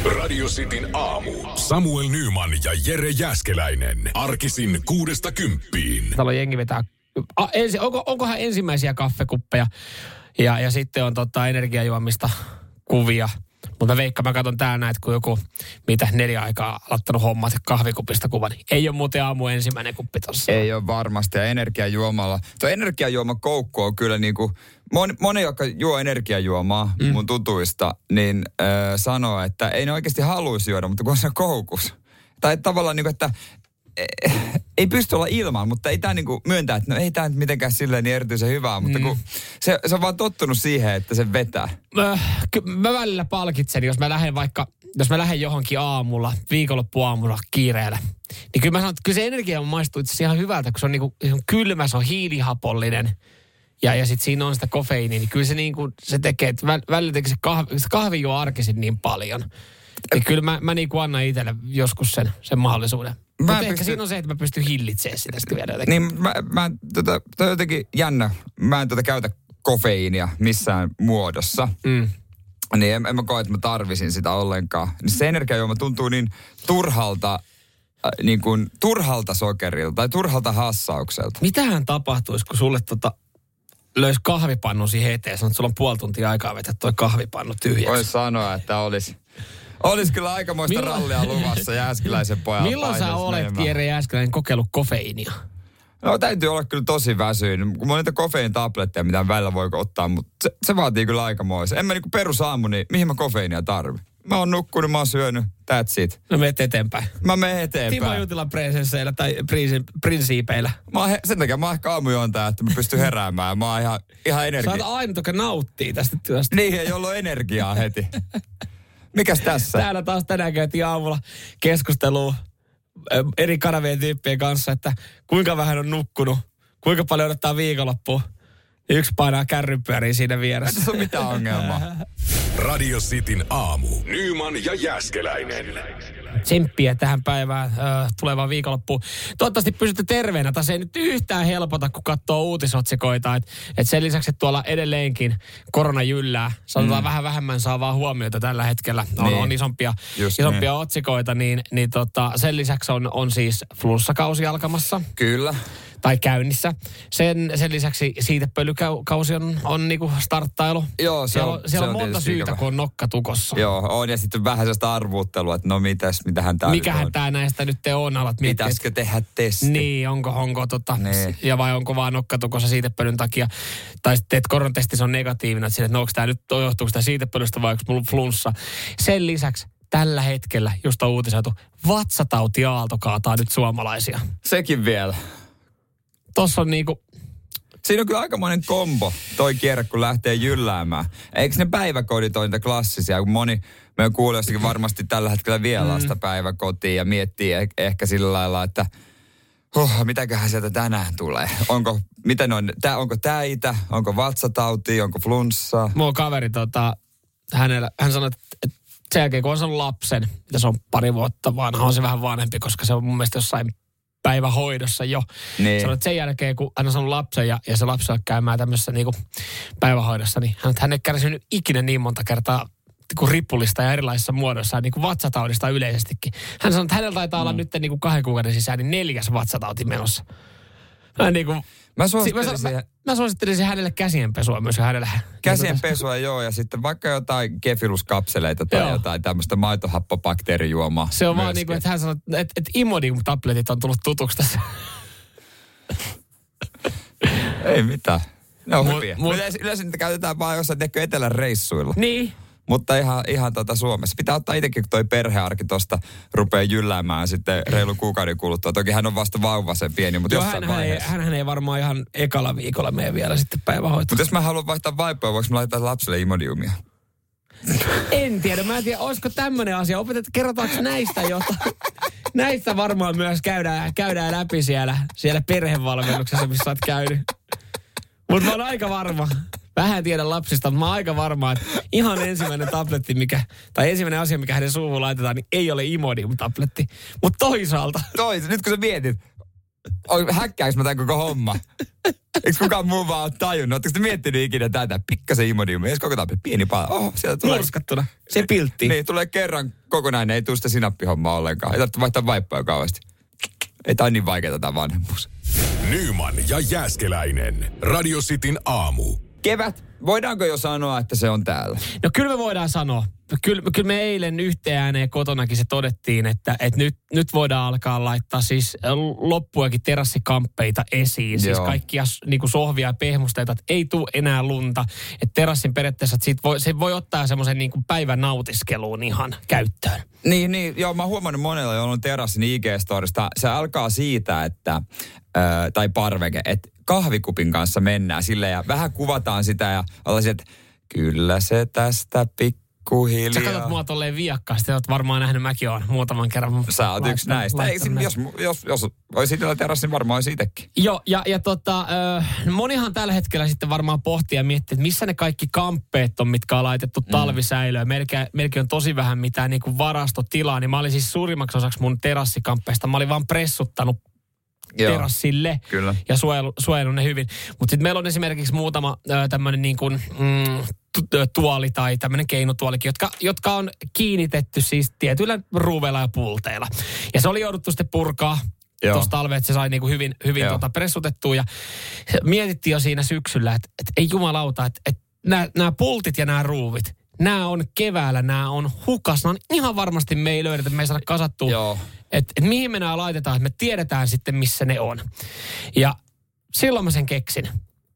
Radio Cityn aamu. Samuel Nyman ja Jere Jääskeläinen. Arkisin 6–10. Täällä on jengi vetää. Onkohan ensimmäisiä kaffekuppeja ja sitten on energiajuomista kuvia. Mutta mä katson täällä näet, kun joku 4 aikaa aloittanut hommat kahvikupista kuvan. Niin ei ole muuten aamu ensimmäinen kuppi tossa. Ei ole varmasti. Ja energiajuomalla. Tuo energiajuomakoukku on kyllä niinku, moni, joka juo energiajuomaa mun tutuista, niin sanoo, että ei ne oikeasti haluaisi juoda, mutta kun on se koukus. Tai tavallaan niinku, että ei pysty olla ilman, mutta ei tämä niinku myöntää, että no ei tämä nyt mitenkään silleen niin erityisen hyvää, mutta kun se on vaan tottunut siihen, että se vetää. Mä välillä palkitsen, jos mä lähden johonkin aamulla, viikonloppuaamulla kiireellä, niin kyllä mä sanon, että kyllä se energia maistuu itse asiassa ihan hyvältä, kun se on niinku se on kylmä, se on hiilihapollinen ja sitten siinä on sitä kofeiiniä, niin kyllä se niinku, se tekee, että välillä tekee se kahvi juo arkisin niin paljon. Niin kyllä mä niinku annan itselle joskus sen mahdollisuuden. Mutta ehkä siinä on se, että mä pystyn hillitsemään sitä sitten vielä jotenkin. Niin toi on jotenkin jännä. Mä en käytä kofeiinia missään muodossa. Niin en mä koe, että mä tarvisin sitä ollenkaan. Niin se energiajuoma tuntuu niin turhalta sokerilta tai turhalta hassaukselta. Mitähän tapahtuisi, kun sulle löysi kahvipannu siihen eteen ja sanot, että sulla on 0,5 tuntia aikaa vetää toi kahvipannu tyhjäksi? Voisi sanoa, että olisi kyllä aikamoista rallia luvassa Jääskeläisen pojalla. Milloin sä olet, Jere Jääskeläinen, kokeillut kofeiinia? No täytyy olla kyllä tosi väsyinen. Kun mä niitä kofeiinitabletteja, mitä välillä voi ottaa, mutta se vaatii kyllä aikamoisen. En mä niinku perusaamu, niin mihin mä kofeiinia tarvin? Mä oon nukkunut, mä oon syönyt, that's it. No menet eteenpäin. Mä menen eteenpäin. Timo Jutilan presensseillä tai prinsiipeillä. Sen takia mä oon ehkä aamujuontaja, että mä pystyn heräämään. Mä oon ihan energia. Sä oot ainut, joka nauttii tästä työstä. Niin, ei ollut energiaa heti. Mikäs tässä? Täällä taas tänään käytiin aamulla keskustelua eri kanavien tyyppien kanssa, että kuinka vähän on nukkunut, kuinka paljon odottaa viikonloppua. Yksi painaa kärrypyöriä siinä vieressä. Se on mitään ongelmaa. Radio Cityn aamu. Nyman ja Jääskeläinen. Tsemppiä tähän päivään tulevaan viikonloppuun. Toivottavasti pysytte terveenä. Tässä ei nyt yhtään helpota, kun katsoo uutisotsikoita. Et sen lisäksi, että tuolla edelleenkin korona jyllää. Sanotaan vähän vähemmän saa vaan huomiota tällä hetkellä. On isompia otsikoita. Niin sen lisäksi on siis flunssakausi alkamassa. Kyllä. Tai käynnissä. Sen lisäksi siitepöilykausi on niinku starttailu. Joo, siellä on monta syytä, kun on nokka tukossa. Joo, on. Ja sitten vähän sellaista arvuuttelua, että no mitähän tää mikähän tää näistä nyt on. Pitäisikö tehdä testi? Niin, onko niin. Ja vai onko vaan nokka tukossa siitepölyn takia. Tai sitten, että koronatesti on negatiivinen. Että onko tää nyt, johtuuko tää siitepölystä vai onko mulla flunssa. Sen lisäksi tällä hetkellä, just on uutisoitu, vatsatautiaalto kaataa nyt suomalaisia. Sekin vielä. Tossa on niinku... Siinä on kyllä aikamoinen kombo toi kierre, kun lähtee jylläämään. Eikö ne päiväkodit ole niitä klassisia, kun moni meidän kuulijoistakin varmasti tällä hetkellä vie lasta päiväkotiin ja miettii ehkä sillä lailla, että mitäköhän sieltä tänään tulee. Onko täitä, onko vatsatauti, onko flunssaa? Mulla on kaveri, hän sanoi, että sen jälkeen kun on saanut lapsen, ja se on 2 vuotta vanha, on se vähän vanhempi, koska se on mun mielestä jossain päivähoidossa jo. Niin. Sanoin, että sen jälkeen, kun hän on saanut lapsen ja se lapsi on käymään tämmöisessä niin kuin päivähoidossa, niin hän ei kärsinyt ikinä niin monta kertaa kuin rippulista ja erilaisissa muodoissa, niin kuin vatsataudista yleisestikin. Hän sanoi, että hänellä taitaa olla nyt niin kuin 2 kuukauden sisään niin 4. vatsatauti menossa. Mä suosittelisin hänelle käsienpesua myös hänelle. Käsienpesua joo, ja sitten vaikka jotain kefiluskapseleita tai jotain tämmöistä maitohappobakteerijuomaa. Se on vaan niin kuin, että hän sanoo, että Imodium-tabletit on tullut tutuksi tässä. Ei mitään. Ne on hyviä. Yleensä niitä käytetään vaan jossain etelän reissuilla. Niin. Mutta ihan Suomessa. Pitää ottaa itsekin, kun toi perhearki tosta rupeaa jylläämään sitten reilun kuukauden kuluttua. Toki hän on vasta vauva sen pieni, mutta jossain vaiheessa. Hän ei varmaan ihan ekalla viikolla mene vielä sitten päivähoitoon. Mutta jos mä haluan vaihtaa vaipoja, voiko mä laittaa lapselle Imodiumia? En tiedä. Mä en tiedä, olisiko tämmöinen asia. Kerrotaanko näistä jotain? Näistä varmaan myös käydään läpi siellä perhevalmennuksessa, missä olet käynyt. Mutta mä oon aika varma. Vähän tiedän lapsista, mutta mä oon aika varma, että ihan ensimmäinen tabletti, ensimmäinen asia, mikä hänen suuhun laitetaan, niin ei ole Imodium-tabletti. Mutta toisaalta. Nyt kun sä mietit, häkkääks mä tämän koko homma? Eikö kukaan muu vaan ole tajunnut? Oletteko te miettinyt ikinä tätä? Pikkasen imodiumia, edes koko tappi, pieni pala. Sieltä tulee. Murskattuna. Se piltti. Niin, tulee kerran kokonainen, ei tule sitä sinappihommaa ollenkaan. Ei tarvitse vaihtaa vaippoja kauheasti. Ei tää ole niin vaikeaa tämä vanhemmuus. Nyman ja Jääskeläinen. Radio Cityn aamu. Kevät, voidaanko jo sanoa, että se on täällä? No kyllä me voidaan sanoa. Kyllä me eilen yhteen ääneen kotonakin se todettiin, että nyt voidaan alkaa laittaa siis loppuakin terassikamppeita esiin. Siis kaikkia niin kuin sohvia ja pehmusteita, että ei tule enää lunta. Että terassin periaatteessa, että se voi ottaa semmoisen niin kuin päivän nautiskeluun ihan käyttöön. Niin, joo, mä oon huomannut monella, jolla on terassin IG-storista. Se alkaa siitä, että, tai parveke, että kahvikupin kanssa mennään silleen ja vähän kuvataan sitä ja ollaan että kyllä se tästä pikkuhiljaa. Sä katsot mua tolleen viakkaasti, oot varmaan nähnyt, mäkin oon muutaman kerran. Sä oot yksi näistä. Ei, jos olisi itsellä terassin, varmaan olisi itsekin. Joo, ja monihan tällä hetkellä sitten varmaan pohtii ja miettii, että missä ne kaikki kamppeet on, mitkä on laitettu talvisäilöön. Melkein on tosi vähän mitään niin kuin varastotilaa, niin mä olin siis suurimmaksi osaksi mun terassikamppeista. Mä olin vaan pressuttanut terassille ja suojellut ne hyvin. Mutta sitten meillä on esimerkiksi muutama tämmöinen niin kuin tuoli tai tämmöinen keinotuolikin, jotka on kiinnitetty siis tietyillä ruuveilla ja pulteilla. Ja se oli jouduttu sitten purkaa tuossa talveen, että se sai niin kuin hyvin pressutettua. Ja mietittiin jo siinä syksyllä, että ei jumalauta, että nämä pultit ja nämä ruuvit, nämä on keväällä, nämä on hukas. No ihan varmasti me ei löydetä, me ei saada kasattua. Että mihin me nämä laitetaan, että me tiedetään sitten, missä ne on. Ja silloin mä sen keksin.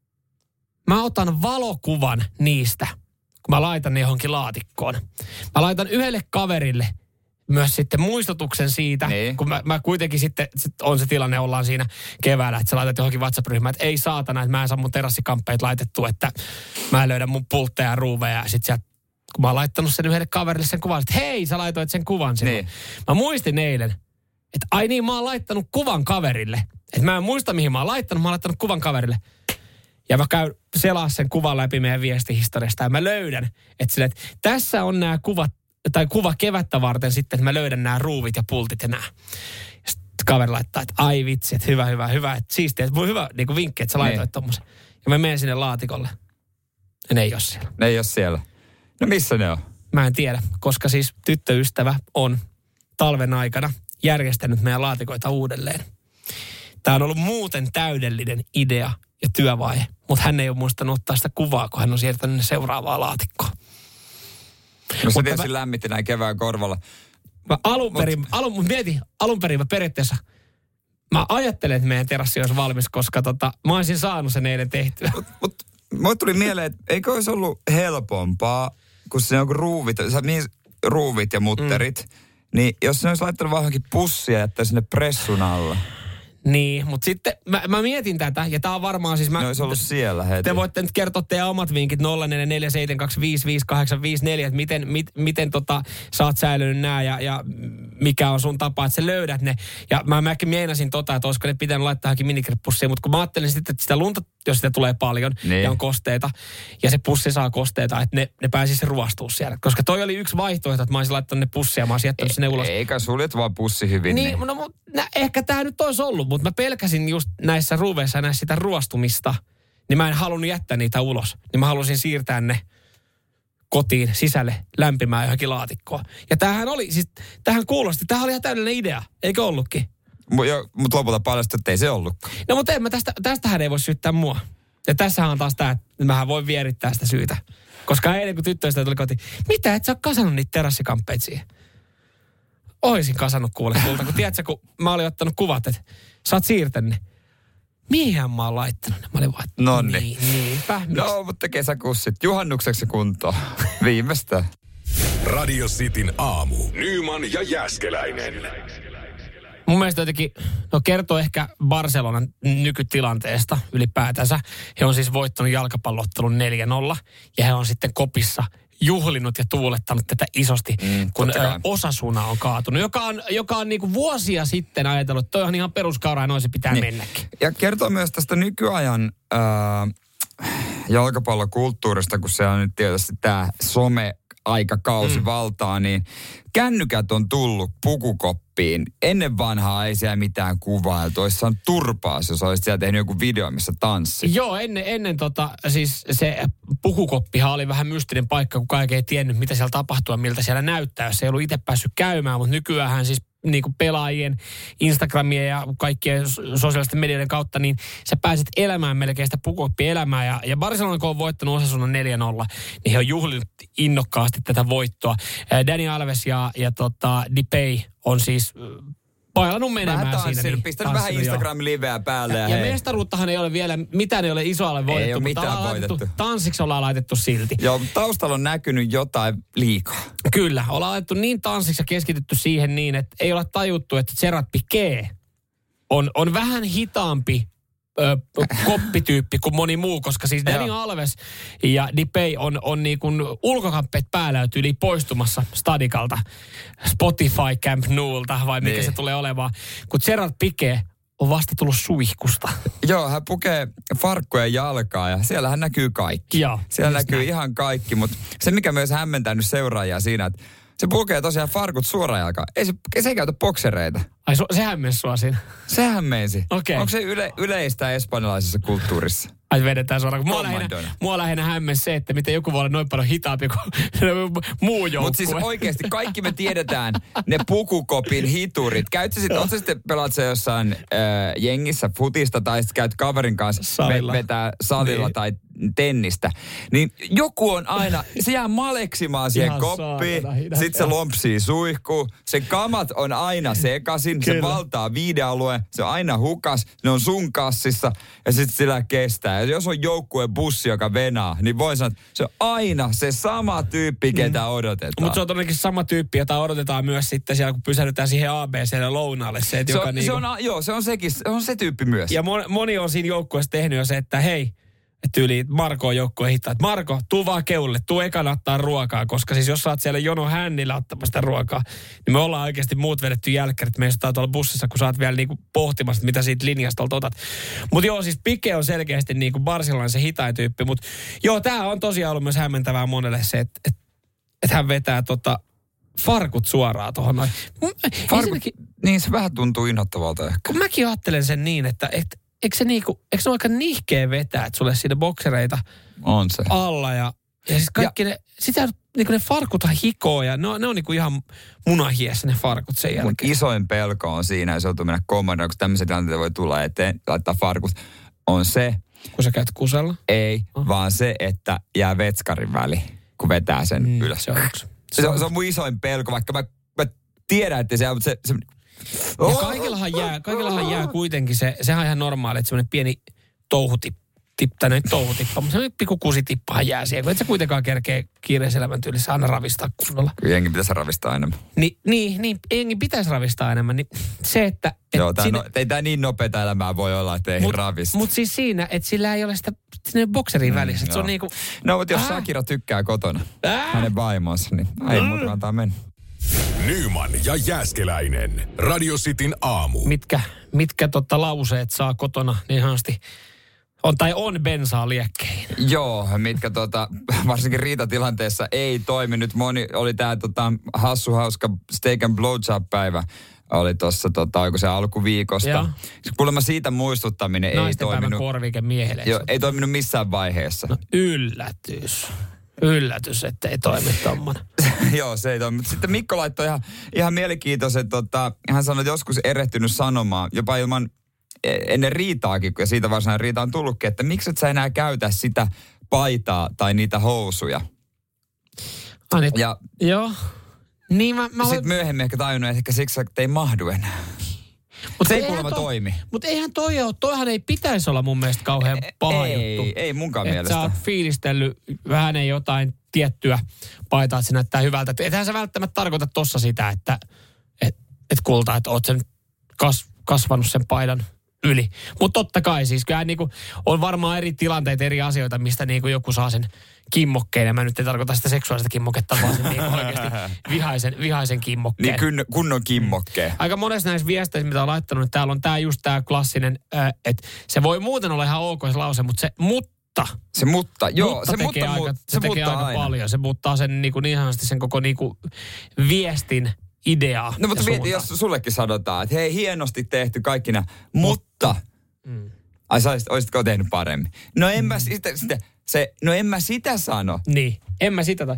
Mä otan valokuvan niistä, kun mä laitan ne johonkin laatikkoon. Mä laitan yhdelle kaverille myös sitten muistutuksen siitä, kun mä kuitenkin sitten on se tilanne, ollaan siinä keväällä, että sä laitat johonkin WhatsApp-ryhmään, että ei saatana, että mä en saa mun terassikamppeet laitettua, että mä en löydä mun pultteja ja ruuveja ja sit sieltä kun mä oon laittanut sen yhdelle kaverille sen kuvan, että hei, sä laitoit sen kuvan sinne. Mä muistin eilen, että ai niin, mä oon laittanut kuvan kaverille. Että mä en muista, mihin mä oon laittanut kuvan kaverille. Ja mä käyn selaa sen kuvan läpi meidän viestihistoriasta ja mä löydän, että tässä on nämä kuvat, tai kuva kevättä varten sitten, että mä löydän nämä ruuvit ja pultit ja nämä. Ja sitten kaveri laittaa, että ai vitsi, että hyvä, että siistiä, että hyvä niin kuin vinkki, että sä laitoit tommosen. Ja mä menen sinne laatikolle. Ja ne ei ole siellä. Ne ei ole siellä. No missä ne on? Mä en tiedä, koska siis tyttöystävä on talven aikana järjestänyt meidän laatikoita uudelleen. Tämä on ollut muuten täydellinen idea ja työvaihe, mutta hän ei ole muistanut ottaa sitä kuvaa, kun hän on siirtänyt ne seuraavaa laatikkoa. No se tietysti lämmitti näin kevään korvalla. Alun perin mä periaatteessa, mä ajattelen, että meidän terassi olisi valmis, koska mä olisin saanut sen eilen tehtyä. Mutta mulle tuli mieleen, että eikö olisi ollut helpompaa, kun se on ruuvit ja mutterit, niin jos se olisi laittanut vähän pussia ja jättää sinne pressun alla. Niin, mutta sitten mä mietin tätä, ja tää on varmaan siis... Ne olisi ollut siellä heti. Te voitte nyt kertoa teidän omat vinkit 0447255854, että miten sä oot säilynyt nää ja mikä on sun tapa, että sä löydät ne. Ja mä meinasin että olisiko ne pitänyt laittaa johonkin minikrepussiin, mutta kun mä ajattelin sitten, että sitä lunta, jos sitä tulee paljon ja on kosteita, ja se pussi saa kosteita, että ne pääsisi ruostumaan siellä. Koska toi oli yksi vaihtoehto, että mä olisin laittanut ne pussia ja mä olisin jättänyt sinne ulos. Eikä suljet vaan pussi hyvin. Niin. No, ehkä tää nyt olisi ollut, mutta mä pelkäsin just näissä ruuveissa ja näissä sitä ruostumista, niin mä en halunnut jättää niitä ulos. Niin mä halusin siirtää ne kotiin sisälle lämpimään johonkin laatikkoon. Ja tämähän kuulosti, tämähän oli ihan täydellinen idea, eikö ollutkin? Mutta lopulta paljastui, että ei se ollutkaan. No mutta tästähän ei voi syyttää mua. Ja tässähän on taas tämä, että mähän voin vierittää sitä syytä. Koska eilen kun tyttöystävä tuli kotiin, mitä et sä ole kasannut niitä terassikamppeita siihen? Oisin kasannut kuule kulta, kun tiedätkö, kun mä olin ottanut kuvat, että sä oot siirtänyt ne. Mihinhän mä oon laittanut ne? Mä olin vaan, että niinpä. No, mutta kesäkussit juhannukseksi kuntoon. Viimeistä. Radio Cityn aamu. Nyman ja Jääskeläinen. Mun mielestä jotenkin, kertoo ehkä Barcelonan nykytilanteesta ylipäätänsä. He on siis voittanut jalkapallo-ottelun 4-0 ja he on sitten kopissa juhlinut ja tuulettanut tätä isosti, kun Osasuna on kaatunut, joka on niin kuin vuosia sitten ajatellut, että toi on ihan peruskauraa ja noin se pitää mennäkin. Ja kertoo myös tästä nykyajan jalkapallokulttuurista, kun se on nyt tietysti tämä aikakausi valtaa, niin kännykät on tullut pukukoppiin. Ennen vanhaa ei siellä mitään kuvailtu. Olisi saanut turpaas, jos olisit siellä tehnyt joku video, missä tanssit. Joo, ennen siis se pukukoppihan oli vähän mystinen paikka, kun kaikki ei tiennyt, mitä siellä tapahtuu ja miltä siellä näyttää. Jos ei ollut itse päässyt käymään, mutta nykyäänhän siis niin kuin pelaajien, Instagramien ja kaikkien sosiaalisten medioiden kautta, niin sä pääset elämään melkein sitä pukukoppi-elämää. Ja Barcelona, kun on voittanut Osasunan 4-0, niin he on juhlinut innokkaasti tätä voittoa. Dani Alves ja Depay on siis pailannut menemään siinä. Niin, pistänyt vähän Instagram-liveä päälle. Ja mestaruuttahan ei ole vielä, mitään ei ole isoalle voitettu. Ei ole mitään voitettu. Tanssiksi ollaan laitettu silti. Joo, taustalla on näkynyt jotain liikaa. Kyllä, ollaan laitettu niin tanssiksi ja keskitytty siihen niin, että ei ole tajuttu, että Gerard Piqué on vähän hitaampi koppityyppi kuin moni muu, koska siis Dani Alves ja Depay on niin kuin ulkokamppeet päällä yli poistumassa stadikalta, Spotify Camp Noulta vai mikä se tulee olemaan, kun Gerard Piqué on vasta tullut suihkusta. Joo, hän pukee farkkuja jalkaa ja siellähän näkyy kaikki. Joo, siellä näkyy ihan kaikki, mutta se mikä myös hämmentänyt seuraajia siinä, että se pukee tosiaan farkut suoraan jalkaan. Se ei käytä boksereita. Ai se hämmensi sua siinä? Se hämmensi. Okay. Onko se yleistä espanjalaisessa kulttuurissa? Ai vedetään suoraan. Mua lähinnä hämmensi se, että miten joku voi olla noin paljon hitaampi kuin muu joukkue. Mutta siis oikeasti kaikki me tiedetään ne pukukopin hiturit. Oot sä sitten pelaat sä jossain jengissä futista tai sitten käyt kaverin kanssa vetää salilla niin. Tai tennistä. Niin joku on aina, se jää maleksimaan siihen ihan koppiin. Sitten se lompsii suihkuun. Se kamat on aina sekaisin. Kyllä. Se valtaa viidealueen. Se on aina hukas. Ne on sun kassissa. Ja sitten sillä kestää. Ja jos on joukkueen bussi, joka venaa, niin voi sanoa, että se on aina se sama tyyppi, ketä odotetaan. Mutta se on todennäköisesti sama tyyppi, jota odotetaan myös sitten siellä, kun pysähdytään siihen ABC:lle lounaalle. Se on se tyyppi myös. Ja moni on siinä joukkueessa tehnyt jo se, että hei, että yli Marko on joukkueen hittaa. Että Marko, tuu vaan keulle, tuu ekana ottaa ruokaa, koska siis jos sä oot siellä jono hännillä ottamasta ruokaa, niin me ollaan oikeasti muut vedetty jälkkärit. Me istutaan tuolla bussissa, kun sä oot vielä niinku pohtimassa, mitä siitä linjasta otat. Mutta joo, siis Piqué on selkeästi niinku Barcelonan se hitain tyyppi. Mutta joo, tää on tosiaan ollut myös hämmentävää monelle se, että hän vetää farkut suoraan tuohon noin. Niin se vähän tuntuu innoittavalta ehkä. Mäkin ajattelen sen niin, että eikö se ole aika nihkeä vetää, että sulle siinä boksereita on se alla ja siis kaikki ne farkuthan hikoo ja ne on niinku ihan munahiessä ne farkut sen jälkeen. Mun isoin pelko on siinä, jos joutuu mennä kommandaan, kun tämmöisiä tilanteita voi tulla eteen, laittaa farkut, on se. Kun sä käyt kusella? Ei, vaan se, että jää vetskarin väli, kun vetää sen ylös. Se on mun isoin pelko, vaikka mä tiedän, että se on se ja kaikillahan jää kuitenkin sehän on ihan normaali, että semmoinen pieni touhutippa, mutta semmoinen pikku kusitippahan jää siihen, kun et sä kuitenkaan kerkee kiireisen elämän tyylissä aina ravistaa kunnolla. Kyllä jengi pitäisi ravistaa enemmän. Niin, jengi pitäisi ravistaa enemmän, niin se, että joo, ei tämä niin nopeata elämää voi olla, että ei ravista. Mutta siis siinä, että sillä ei ole sitä bokserin välissä, että se on niinku. No, mutta jos Shakira tykkää kotona, hänen vaimonsa, niin ei muuta antaa mennä. Nyman ja Jääskeläinen. Radio Cityn aamu. Mitkä lauseet saa kotona niin hanasti on bensaa liekkeihin. Joo, mitkä varsinkin riitatilanteessa ei toiminut. Moni oli tää hauska steak and blowjob-päivä. Oli tuossa, oliko se alkuviikosta. Joo. Kuulemma siitä muistuttaminen naisten ei toiminut. Naisten päivän korvike miehelle. Joo, ei toiminut missään vaiheessa. No yllätys, että ei toimi tommonen. Joo, se ei toimi. Mutta sitten Mikko laittoi ihan mielenkiintoisen, hän sanoi, että joskus erehtynyt sanomaan, jopa ilman ennen riitaakin, kun siitä varsinainen riita on tullutkin, että miksi et sä enää käytä sitä paitaa tai niitä housuja. Joo. Niin sitten myöhemmin ehkä tajunnut, että ehkä siksi ei mahdu enää. Mutta se ei kuulemma toimi. Mutta eihän toihan ei pitäisi olla mun mielestä kauhean paha juttu. Ei munkaan mielestä. Sä oot fiilistellyt vähän jotain tiettyä paitaa, että se näyttää hyvältä. Ethän sä välttämättä tarkoita tossa sitä, että kulta, että oot sen kasvanut sen paidan yli. Mutta totta kai siis, kyllähän niinku on varmaan eri tilanteita, eri asioita, mistä niinku joku saa sen kimmokkeen. Ja mä nyt en tarkoita sitä seksuaalista kimmoketta, vaan sen niinku oikeasti vihaisen kimmokkeen. Niin kunnon kimmokkeen. Aika monessa näissä viesteissä, mitä on laittanut, niin täällä on just tää klassinen, että se voi muuten olla ihan ok se lause, mutta Se mutta, joo. Se tekee aika paljon. Se muuttaa sen niin sanotusti sen koko viestin ideaa. No mutta mieti, jos sullekin sanotaan, että hei, hienosti tehty kaikki nämä, mutta... Ai olisitko tehnyt paremmin? No en mä sitä sano. Niin, en mä sitä.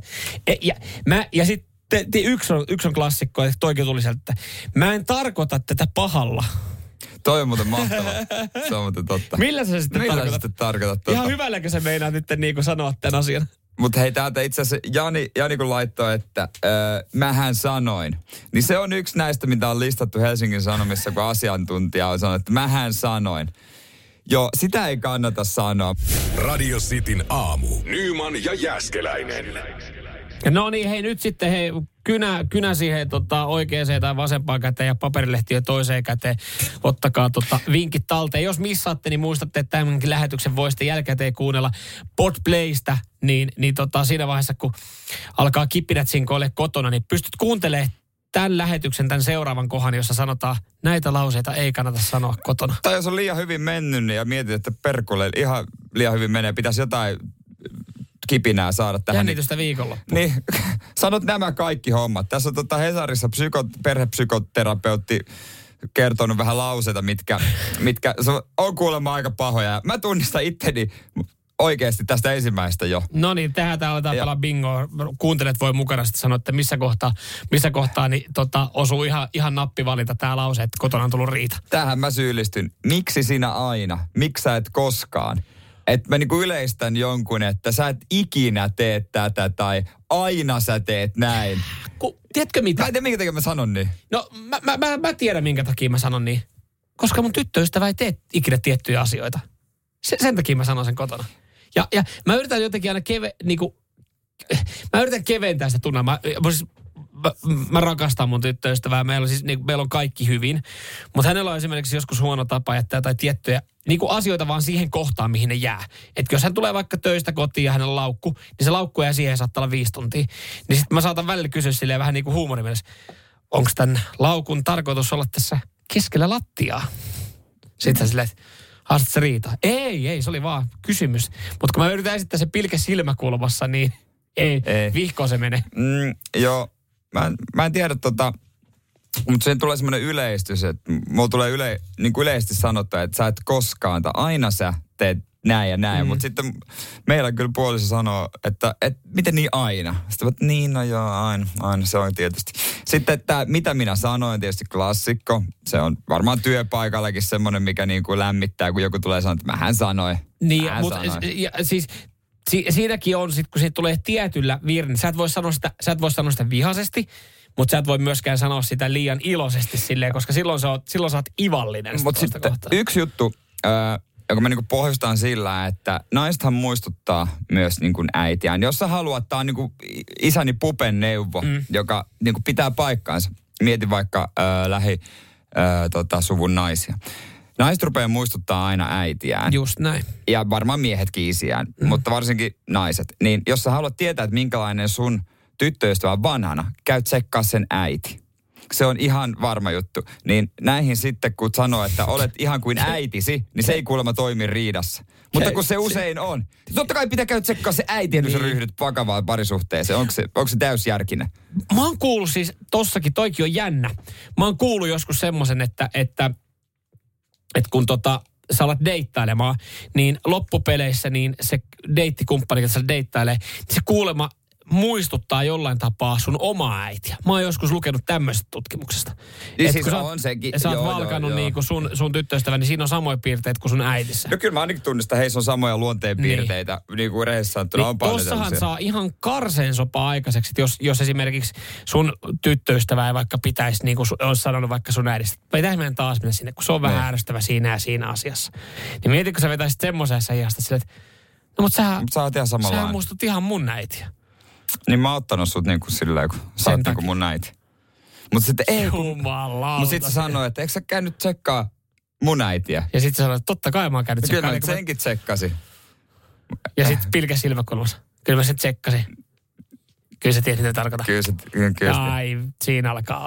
Ja sitten yksi on klassikko, että toikin tuli sieltä, että mä en tarkoita tätä pahalla. Toi on muuten mahtavaa. Se on muuten totta. Millä sä sitten tarkoitat? Ihan hyvälläkö sä meinaat nyt sanoa tämän asian? Mutta hei, täältä itse asiassa Jani kun laittoi, että mähän sanoin. Niin se on yksi näistä, mitä on listattu Helsingin Sanomissa, kun asiantuntija on sanonut, että mähän sanoin. Joo, sitä ei kannata sanoa. Radio Cityn aamu. Nyman ja Jääskeläinen. No niin, hei nyt sitten kynä siihen oikeaan tai vasempaan käteen ja paperilehtiö toiseen käteen. Ottakaa vinkit talteen. Jos missaatte, niin muistatte, että tämänkin lähetyksen voi sitten jälkikäteen kuunnella Podplaystä. Niin siinä vaiheessa, kun alkaa kipinät sinkoille kotona, niin pystyt kuuntelemaan tämän lähetyksen, tämän seuraavan kohan, jossa sanotaan, näitä lauseita ei kannata sanoa kotona. Tai jos on liian hyvin mennyt niin ja mietit, että perkulle ihan liian hyvin menee, pitäisi jotain kipinää saada tähän. Jännitystä viikonloppuun. Niin, sanot nämä kaikki hommat. Tässä on Hesarissa perhepsykoterapeutti kertonut vähän lauseita, mitkä on kuulemma aika pahoja. Mä tunnistan itteni oikeasti tästä ensimmäistä jo. No niin, tähän täällä aletaan pelaa bingoa. Kuuntelet voi mukana sitten sanoa, että missä kohtaa niin osuu ihan nappivalinta tämä lause, että kotona on tullut riita. Tähän mä syyllistyn. Miksi sinä aina? Miksi sä et koskaan? Että mä niinku yleistän jonkun, että sä et ikinä tee tätä tai aina sä teet näin. Tiedätkö mitä? Mä en tiedä, minkä takia mä sanon niin. No mä tiedän, minkä takia mä sanon niin. Koska mun tyttöystävä ei tee ikinä tiettyjä asioita. Sen takia mä sanon sen kotona. Ja mä yritän jotenkin aina mä yritän keventää sitä tunnelmaa. Mä rakastan mun tyttöystävää. Meillä on kaikki hyvin. Mutta hänellä on esimerkiksi joskus huono tapa jättää tai tiettyjä asioita vaan siihen kohtaan, mihin ne jää. Että jos hän tulee vaikka töistä kotiin ja hänellä on laukku, niin se laukku jää siihen saattaa olla 5 tuntia. Niin sitten mä saatan välillä kysyä silleen vähän niin kuin huumorimielessä, onko tämän laukun tarkoitus olla tässä keskellä lattiaa? Sitten silleen, että haastat se riita. Ei, se oli vaan kysymys. Mutta kun mä yritän esittää se pilke silmäkulmassa, niin ei. Vihkoon se menee. Joo, mä en tiedä mutta siihen tulee semmoinen yleistys, että mulla tulee yleisesti sanottua, että sä et koskaan, tai aina sä teet näin ja näin. Mutta sitten meillä kyllä puoliso sanoo, että miten niin aina? Sitten että niin, no joo, aina se on tietysti. Sitten, että mitä minä sanoin, tietysti klassikko. Se on varmaan työpaikallakin semmoinen, mikä niin kuin lämmittää, kun joku tulee sanoa, että mähän sanoin. Niin, mutta siis siinäkin on, kun siitä tulee tietyllä virni. Sä et voi sanoa sitä vihaisesti, mutta sä et voi myöskään sanoa sitä liian iloisesti silleen, koska silloin sä oot ivallinen. Mutta sitten yksi juttu, joka mä niinku pohjustan sillä, että naisethan muistuttaa myös niinku äitiään. Jos sä haluat, tää on niinku isäni Pupen neuvo, joka niinku pitää paikkaansa. Mieti vaikka suvun naisia. Naiset rupeaa muistuttaa aina äitiään. Just näin. Ja varmaan miehetkin isiään, mutta varsinkin naiset. Niin jos sä haluat tietää, että minkälainen sun tyttöystävä on vanhana, käy tsekkaa sen äiti. Se on ihan varma juttu. Niin näihin sitten, kun sanoo, että olet ihan kuin äitisi, niin se ei kuulemma toimi riidassa. Mutta kun se usein on. Totta kai pitää käydä tsekkaa se äiti, jos ryhdyt vakavaan parisuhteeseen. Onko se täysjärkinen? Mä oon kuullut siis tossakin, toikin on jännä. Mä oon kuullut joskus semmoisen, että kun sä alat deittailemaan, niin loppupeleissä niin se deittikumppani, että sä deittailee, niin se kuulemma muistuttaa jollain tapaa sun omaa äitiä. Mä oon joskus lukenut tämmöisestä tutkimuksesta. Niin siis on sekin. Sä oot valkannut niin kuin sun tyttöystävä, niin siinä on samoja piirteitä kuin sun äitissä. No kyllä mä ainakin tunnistan, heissä on samoja luonteenpiirteitä. Niin kuin rehessä sanottuna on paljon tossahan tällaisia. saa ihan karseen sopaa aikaiseksi, jos esimerkiksi sun tyttöystävä ei vaikka pitäisi, niin kuin olisi sanonut vaikka sun äidistä, pitäisi meidän taas mennä sinne, kun se on vähän ärsyttävä siinä ja siinä asiassa. Niin mietitkö sä vetäisit semmoisessa iästä silleen, että no mutta sä muistut ihan mun äitiä. Niin mä oon ottanut sut niinku silleen, kun sä oot niinku mun äiti. Mutta sitten ei. Mutta sitten sä sanoi, että eikö sä käynyt tsekkaa mun äitiä? Ja sitten sä sanoit, että totta kai mä oon käynyt tsekkaa. Kyllä mä senkin tsekkasi. Ja sitten pilkä silmäkulmassa. Kyllä mä sen tsekkasin. Kyllä sä tiedät, mitä tarkoitan. Kyllä. Ai, siinä alkaa ole.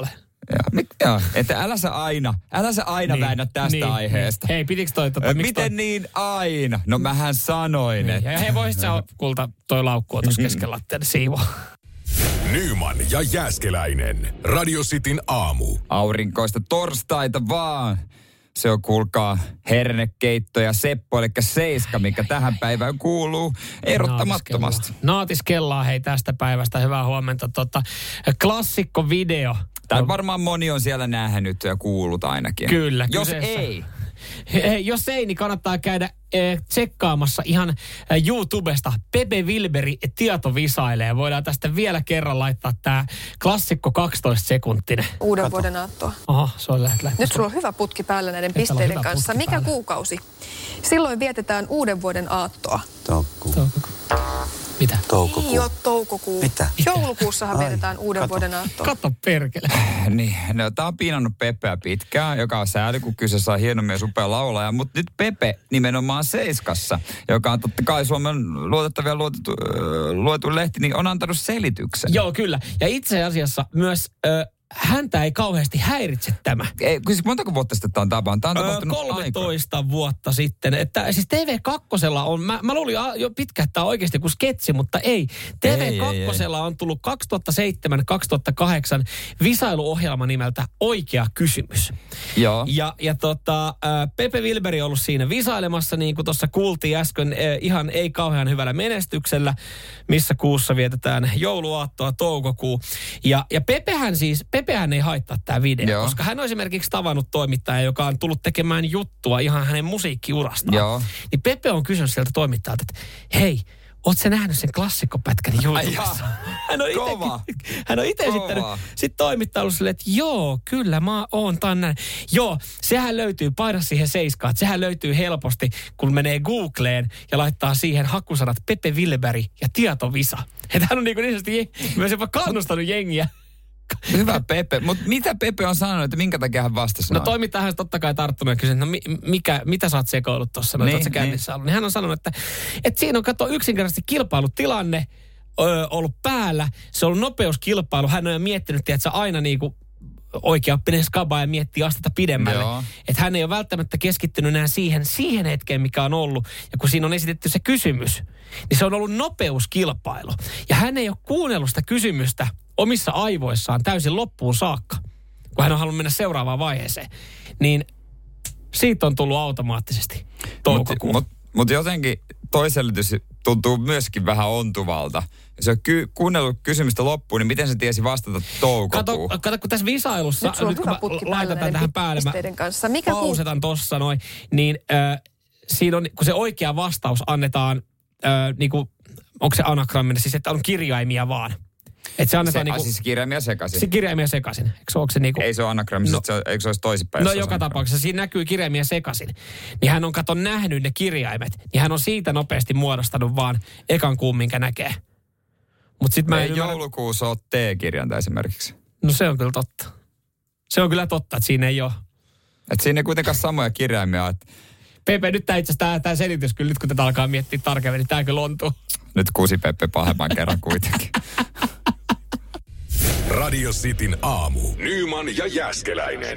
Joo, että älä sä aina niin, väännä tästä aiheesta. Hei, pitikö toi... Miten niin aina? No mähän sanoin, niin, että... Ja hei, voisit sä kulta toi laukku tuossa keskellä lattian siivoa. Nyman ja Jääskeläinen. Radio Cityn aamu. Aurinkoista torstaita vaan. Se on, kuulkaa, hernekeitto ja Seppo, eli seiska, mikä tähän päivään kuuluu erottamattomasti. Naatiskellaan hei tästä päivästä. Hyvää huomenta. Klassikkovideo. Tai varmaan moni on siellä nähnyt ja kuullut ainakin. Kyllä. Jos kyseessä. ei. Jos ei, niin kannattaa käydä tsekkaamassa ihan YouTubesta. Pepe Wilberi tietovisailee. Voidaan tästä vielä kerran laittaa tämä klassikko 12 sekuntinen. Uuden vuoden aattoa. Oho, se on lähtö. Nyt sulla on hyvä putki päällä näiden pisteiden kanssa. Mikä kuukausi? Silloin vietetään uuden vuoden aattoa. Toukokuu. Mitä? Toukokuu. Ei ole toukokuu. Mitä? Joulukuussahan vietetään uuden vuoden aattoa. Kato perkele. Niin, no, tää on piinannut Pepeä pitkään, joka on sääli, kun kyseessä on hieno mies, upea laulaja. Mutta nyt Pepe nimenomaan Seiskassa, joka on totta kai Suomen luotettavia luetu lehti, niin on antanut selityksen. Joo, kyllä. Ja itse asiassa myös... häntä ei kauheasti häiritse tämä. Siis montako vuotta sitten tämä on tapahtunut? Tämä on tapahtunut 13 aika. Vuotta sitten. Että siis TV2 on, mä luulin jo pitkään, että tämä on oikeasti kuin sketsi, mutta ei. TV2 on tullut 2007-2008 visailuohjelma nimeltä Oikea kysymys. Joo. Ja Pepe Wilberi on ollut siinä visailemassa, niin kuin tuossa kuultiin äsken, ihan ei kauhean hyvällä menestyksellä, missä kuussa vietetään jouluaattoa, toukokuu. Ja Pepehän ei haittaa tämä video, joo, koska hän on esimerkiksi tavannut toimittaja, joka on tullut tekemään juttua ihan hänen musiikkiurastaan. Joo. Niin Pepe on kysynyt sieltä toimittajalta, että hei, oot sä nähnyt sen klassikkopätkän YouTubessa? Hän on itse esittänyt. Sitten toimittaja ollut silleen, että joo, kyllä mä oon tänne. Joo, sehän löytyy, paina siihen seiskaan, että sehän löytyy helposti, kun menee Googleen ja laittaa siihen hakusanat Pepe Wilberi ja tietovisa. Että hän on niin sanotusti myös jopa kannustanut jengiä. Hyvä Pepe, mutta mitä Pepe on sanonut, että minkä takia hän vastasi? No toimittajahan on totta kai tarttunut ja kysynyt, mitä sä oot sekoillut tuossa, oot sä kännissä ollut. Niin hän on sanonut, että siinä on yksinkertaisesti kilpailutilanne ollut päällä, se on ollut nopeuskilpailu, hän on miettinyt, että aina niinku oikeaoppinen skaba ja miettii astetta pidemmälle. Että hän ei ole välttämättä keskittynyt enää siihen hetkeen, mikä on ollut. Ja kun siinä on esitetty se kysymys, niin se on ollut nopeuskilpailu. Ja hän ei ole kuunnellut sitä kysymystä omissa aivoissaan täysin loppuun saakka, kun hän on halunnut mennä seuraavaan vaiheeseen. Niin siitä on tullut automaattisesti toukokuu. Mutta jotenkin toi selitys tuntuu myöskin vähän ontuvalta. Jos on kuunnellut kysymystä loppuun, niin miten se tiesi vastata toukokuun? Kato, kun tässä visailussa, nyt kun laitetaan tähän päälle, kanssa. Pausetan tossa noin, niin siinä on, kun se oikea vastaus annetaan, niinku, onko se anagramminen, siis että on kirjaimia vaan. Että se annetaan niinku... Siis kirjaimia sekaisin. Se kirjaimia sekaisin. Ei se ole anagrammisesti, eikö se olisi toisinpäin? No joka tapauksessa siinä näkyy kirjaimia sekaisin. Niin hän on nähnyt ne kirjaimet. Niin hän on siitä nopeasti muodostanut vaan ekan kuun, minkä näkee. Mut sit mä en joulukuussa ole T-kirjainta esimerkiksi. No se on kyllä totta. Se on kyllä totta, että siinä ei ole. Että siinä ei kuitenkaan samoja kirjaimia. Pepe, nyt tämä selitys kyllä, nyt kun tätä alkaa miettiä tarkemmin, niin tämä kyllä ontuu. Nyt kuusi Pepe pahemman kerran kuitenkin. Radio Cityn aamu. Nyman ja Jääskeläinen.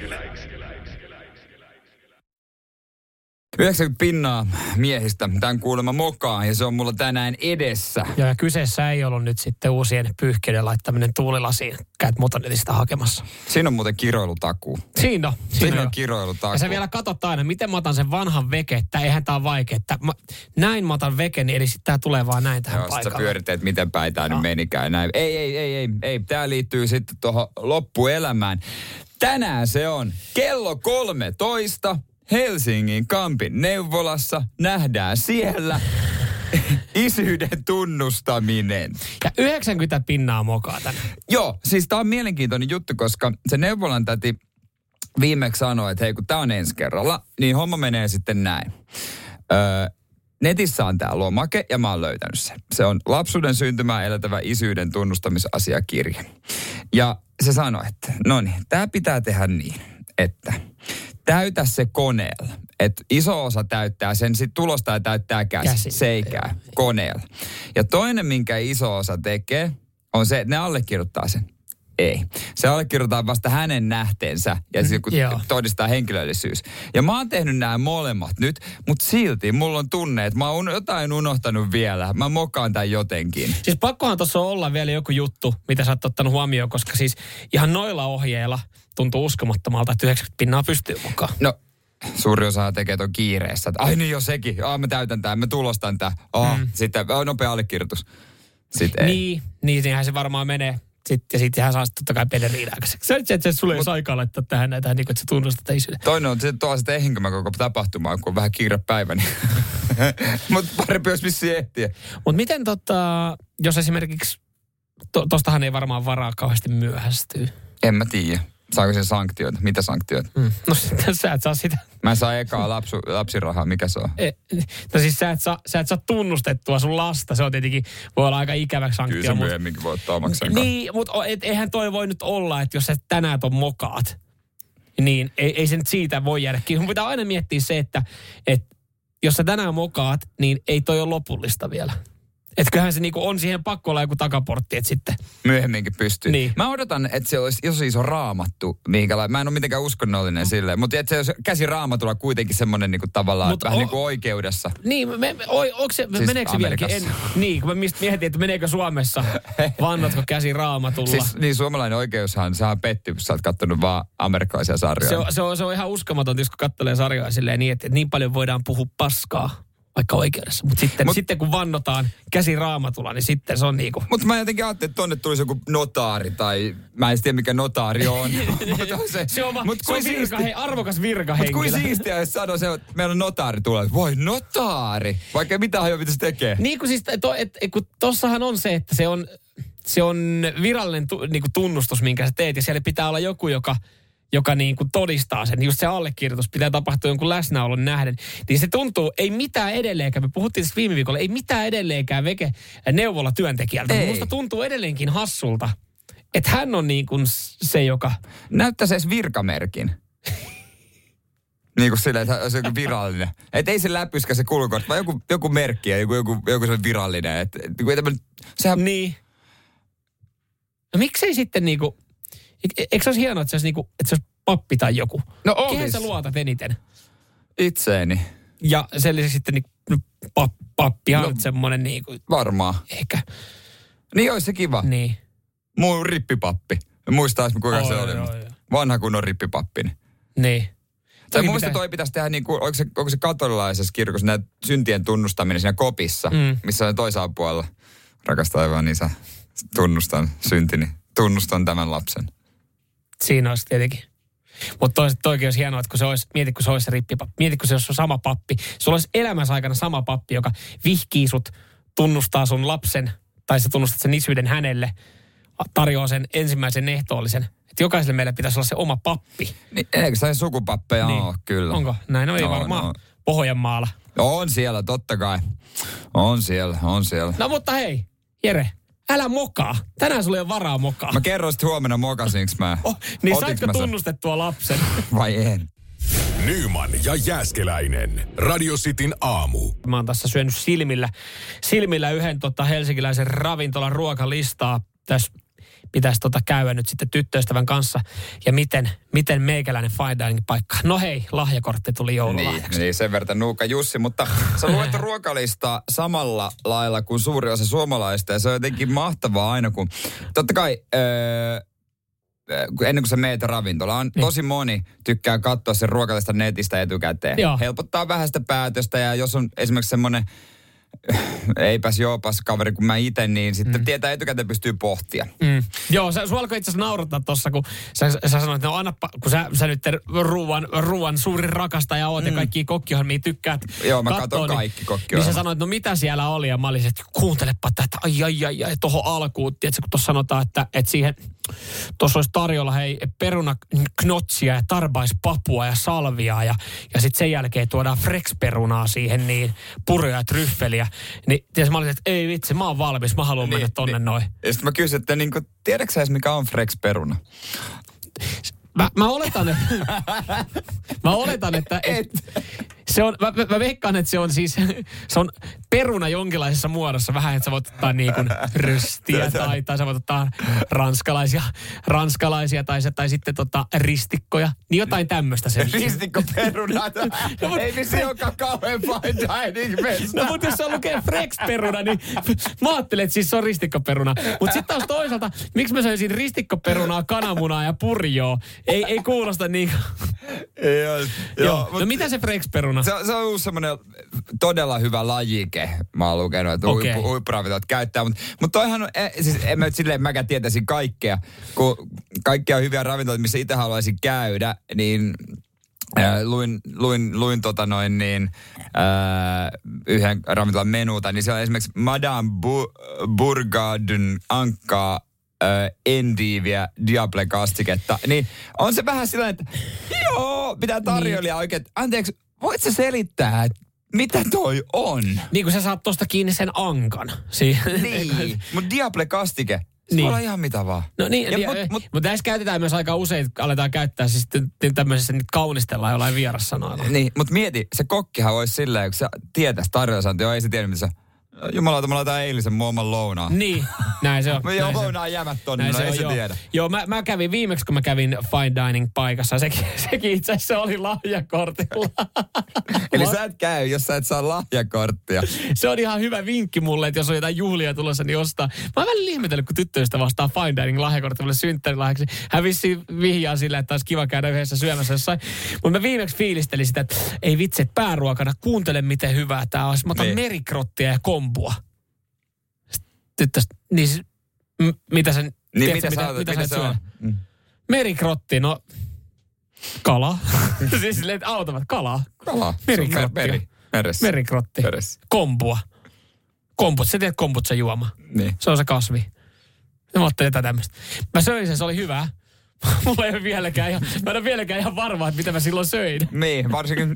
90% miehistä tämän kuulemma mokaa ja se on mulla tänään edessä. Ja kyseessä ei ollut nyt sitten uusien pyyhkeiden laittaminen tuulilasiin. Käyt motonetista hakemassa. Siinä on muuten kiroilutakuu. Siinä on kiroilutakuu. Ja sä vielä katsot aina, miten mä otan sen vanhan veke, että eihän tää ole vaikea. Näin mä otan veken, eli sitten tää tulee vaan näin tähän paikalle. Sä pyörit, että miten päin tää nyt menikään. Näin. Ei. Tää liittyy sitten tuohon loppuelämään. Tänään se on kello 13. Helsingin Kampin neuvolassa nähdään siellä isyyden tunnustaminen. Ja 90% mokaa tänään. Joo, siis tää on mielenkiintoinen juttu, koska se neuvolan täti viimeksi sanoi, että hei kun tää on ensi kerralla, niin homma menee sitten näin. Netissä on tää lomake ja mä oon löytänyt sen. Se on lapsuuden syntymää elätävä isyyden tunnustamisasiakirja. Ja se sanoi, että no niin, tää pitää tehdä niin, että täytä se koneella. Että iso osa täyttää sen, sit tulosta ja täyttää käsin. Se ei käy koneella. Ja toinen, minkä iso osa tekee, on se, että ne allekirjoittaa sen. ei. Se allekirjoitetaan vasta hänen nähteensä ja kun todistaa henkilöllisyys. Ja mä oon tehnyt nämä molemmat nyt, mutta silti mulla on tunne, että mä oon jotain unohtanut vielä. Mä mokaan tämän jotenkin. Siis pakkohan tuossa olla vielä joku juttu, mitä sä oot ottanut huomioon, koska siis ihan noilla ohjeilla tuntuu uskomattomalta, että 90% pystyy mukaan. No, suuri osa tekee ton kiireessä. Ai niin jo sekin. Mä täytän tämän, mä tulostan tämän. Sitten nopea allekirjoitus. Niinhän se varmaan menee. Ja sitten hän saa totta kai peleriin aikaiseksi. Se sulle ei saa aikaa laittaa tähän näitä, niin kuin, että sä tunnustat isyyden. Toinen on, että tuo sitten ehinkö mä koko tapahtumaan, kun on vähän kiire päivä. Niin. Mutta parempi olisi vissiin ehtiä. Mutta miten jos esimerkiksi, tostahan ei varmaan varaa kauheasti myöhästyä. En mä tiedä. Saako sen sanktioita? Mitä sanktioita? No sä et saa sitä. Mä en saa ekaa lapsirahaa. Mikä se on? No siis sä et saa tunnustettua sun lasta. Se on tietenkin, voi olla aika ikäväksi sanktio. Kyllä se myöhemminkin voi ottaa omakseen. Niin, mutta eihän toi voi nyt olla, että jos sä tänään ton mokaat, niin ei se nyt siitä voi jäädä kiinni. Mun pitää aina miettiä se, että jos sä tänään mokaat, niin ei toi ole lopullista vielä. Että kyllähän se niinku on siihen pakko olla joku takaportti, että sitten myöhemminkin pystyy. Niin. Mä odotan, että se olisi jos iso raamattu, mä en ole mitenkään uskonnollinen silleen, mutta että se olisi käsiraamatulla kuitenkin semmoinen niinku tavallaan vähän niin kuin oikeudessa. Niin, siis meneekö se vieläkin? Niin, kun mä mietin, että meneekö Suomessa, vannotko käsiraamatulla? Siis niin, suomalainen oikeushan, sehän on pettymys, sä oot kattonut vaan amerikkalaisia sarjoja. Se on ihan uskomaton, jos kun kattelee sarjoja silleen niin, että niin paljon voidaan puhua paskaa. Vaikka oikeudessa. Mutta sitten kun vannotaan käsiraamatulla, niin sitten se on niinku. Mutta mä jotenkin ajattelin, että tonne tulisi joku notaari tai mä en tiedä mikä notaari on. se on arvokas virkahenkilö. Mutta kuin siistiä, jos sanoo se, että meillä on notaari tulee. Voi notaari! Vaikka ei mitään hajua, mitä se tekee. Niin kuin siis, kun tossahan on se, että se on virallinen niinku tunnustus, minkä sä teet. Ja siellä pitää olla joku, joka niin kuin todistaa sen. Just se allekirjoitus pitää tapahtua jonkun läsnäolon nähden. Niin se tuntuu, ei mitään edelleenkään. Me puhuttiin tästä viime viikolla, ei mitään edelleenkään neuvola työntekijältä. Minusta tuntuu edelleenkin hassulta, että hän on niin kuin se, joka näyttää se edes virkamerkin. Niin kuin silleen, että se on joku virallinen. Että ei se läpyskä se kulukortti, vaan joku merkki ja joku se virallinen. Sehän. Niin. No miksei sitten niinku. Eikö se olisi hienoa, että se olisi pappi tai joku? No olisi. Kehen sä luotat eniten? Itseeni. Ja sen lisäksi sitten pappihan on semmoinen niinku. Varmaan. Ehkä. Niin olisi se kiva. Niin. Mun rippipappi. Muistais kuinka se oli. Vanha kunnon rippipappi. Niin. Tai mun mielestä toi pitäisi tehdä niinku, onko se katolilaisessa kirkossa näitä syntien tunnustaminen siinä kopissa, missä on toisaan puolella. Rakas taivaan isä, tunnustan syntini, tunnustan tämän lapsen. Siinä olisi tietenkin. Mutta toikin olisi hienoa, että kun se olisi se rippipappi. Mieti, kun se olisi sama pappi. Sulla olisi elämässä aikana sama pappi, joka vihkii sut, tunnustaa sun lapsen, tai sä tunnustat sen isyyden hänelle, tarjoaa sen ensimmäisen ehtoollisen. Että jokaiselle meillä pitäisi olla se oma pappi. Niin, eikö se sukupappeja ole, kyllä. Onko? Näin ei varmaan Pohjanmaalla. On siellä, totta kai. On siellä. No mutta hei, Jere. Älä mokaa. Tänään sulla ei ole varaa mokaa. Mä kerron sitten huomenna mokasinko mä. Niin saitko tunnustettua lapsen? Vai en? Nyman ja Jääskeläinen. Radio Cityn aamu. Mä oon tässä syönyt silmillä yhden helsinkiläisen ravintolan ruokalistaa. Tässä pitäisi käydä nyt sitten tyttöystävän kanssa. Ja miten meikäläinen fine dining paikka. No hei, lahjakortti tuli joululahjaksi. Niin, sen verran nuuka Jussi. Mutta sä luet ruokalistaa samalla lailla kuin suuri osa suomalaista. Ja se on jotenkin mahtavaa aina, kun totta kai ennen kuin sä meet ravintolaan, tosi moni tykkää katsoa sen ruokalista netistä etukäteen. Joo. Helpottaa vähän sitä päätöstä ja jos on esimerkiksi semmoinen eipäs joopas kaveri kuin mä itse, niin sitten tietää etukäteen pystyy pohtia. Joo, sua alkoi itse asiassa naurattaa tossa, kun sä sanoit, että no annappa, kun sä nyt ruuan suurin rakastaja oot ja kaikkia kokkiohjelmia tykkäät. Joo, mä katson kaikki kokkiohjelmia. Niin sä sanoit, no mitä siellä oli? Ja mä olin, että kuuntelepa tätä, ai, tohon alkuun. Tiedätkö, kun tuossa sanotaan, että siihen, tuossa olisi tarjolla perunaknotsia ja tarbaispapua ja salviaa ja sitten sen jälkeen tuodaan frex-perunaa siihen, niin puroja ja tryffeliä. Niin tiedätkö, mä olin, että ei vitsi, mä oon valmis, mä haluan mennä tonne noin. Ja sitten mä kysyin, että tiedätkö sä edes mikä on frex-peruna? Mä oletan, että Se on, mä veikkaan, että se on siis, se on peruna jonkinlaisessa muodossa. Vähän, että sä voit ottaa niin kuin rystiä tai sä voit ottaa ranskalaisia tai sitten ristikkoja. Niin jotain tämmöistä se. Ristikkoperuna. Ei vissi olekaan kauhean fine dining mesta. No mutta jos se lukee Frex-peruna, niin mä ajattelen, että siis se on ristikkoperuna. Mutta sitten taas toisaalta, miksi mä söisin ristikkoperunaa, kananmunaa ja purjoa? Ei kuulosta niin. Joo. No mitä se Frex-peruna? Se on uusi semmoinen todella hyvä lajike. Mä oon lukenut, että huippuravintolat käyttää. Mutta toihan on, siis en mä nyt silleen mäkään tietäisin kaikkea. Kun kaikkia hyviä ravintoloita, missä itse haluaisin käydä, niin luin yhden ravintolan menuuta, niin se on esimerkiksi Madame Bourgogne ankkaa endiiviä Diable-kastiketta. Niin on se vähän sellainen, että pitää tarjoilija oikein, anteeksi, voit sä selittää, että mitä toi on? Niin kun sä saat tosta kiinni sen ankan. Niin, mutta Diable-kastike, se voi olla ihan mitä vaan. No niin, mutta tässä käytetään myös aika usein, aletaan käyttää siis tämmöisessä, nyt kaunistellaan jollain vierassanoilla. Niin, mutta mieti, se kokkihan voisi silleen, kun sä tietäisi tarjoilijasanoja, ei se tiedä, mitä sä... Jumalauta, mä laitan eilisen mun oman lounaan. Niin, näin se on. Mä jo lounaan jämät tonne, no ei se tiedä. Joo, mä kävin viimeksi, kun mä kävin fine dining paikassa, sekin itse asiassa oli lahjakortilla. Eli sä et käy, jos sä et saa lahjakorttia. Se on ihan hyvä vinkki mulle, että jos on jotain juhlia tulossa, niin ostaa. Mä oon välillä ihmetellyt, kun tyttöystä vastaa fine dining lahjakorttia mulle synttärilahjaksi. Hän vissiin vihjaa sillä, että olisi kiva käydä yhdessä syömässä jossain. Mutta mä viimeksi fiilistelin sitä, että ei vitsi, että pääruokana kuuntele miten hyvää tää olisi. Mä otan merikrottia ja kombua. Tyttöstä, niin mitä sen... Niin tiedätkö, mitä se on? Merikrotti, no... Kala. Siis silleen, automat, kalaa. Merikrotti. Merikrotti. Kombua. Kombut, sä tiedät kombutsa juoma. Niin. Se on se kasvi. Mä ajattelin jotain tämmöistä. Mä söin sen, se oli hyvää. Mulla ei ole vieläkään ihan varmaa, että mitä mä silloin söin. Niin, varsinkin...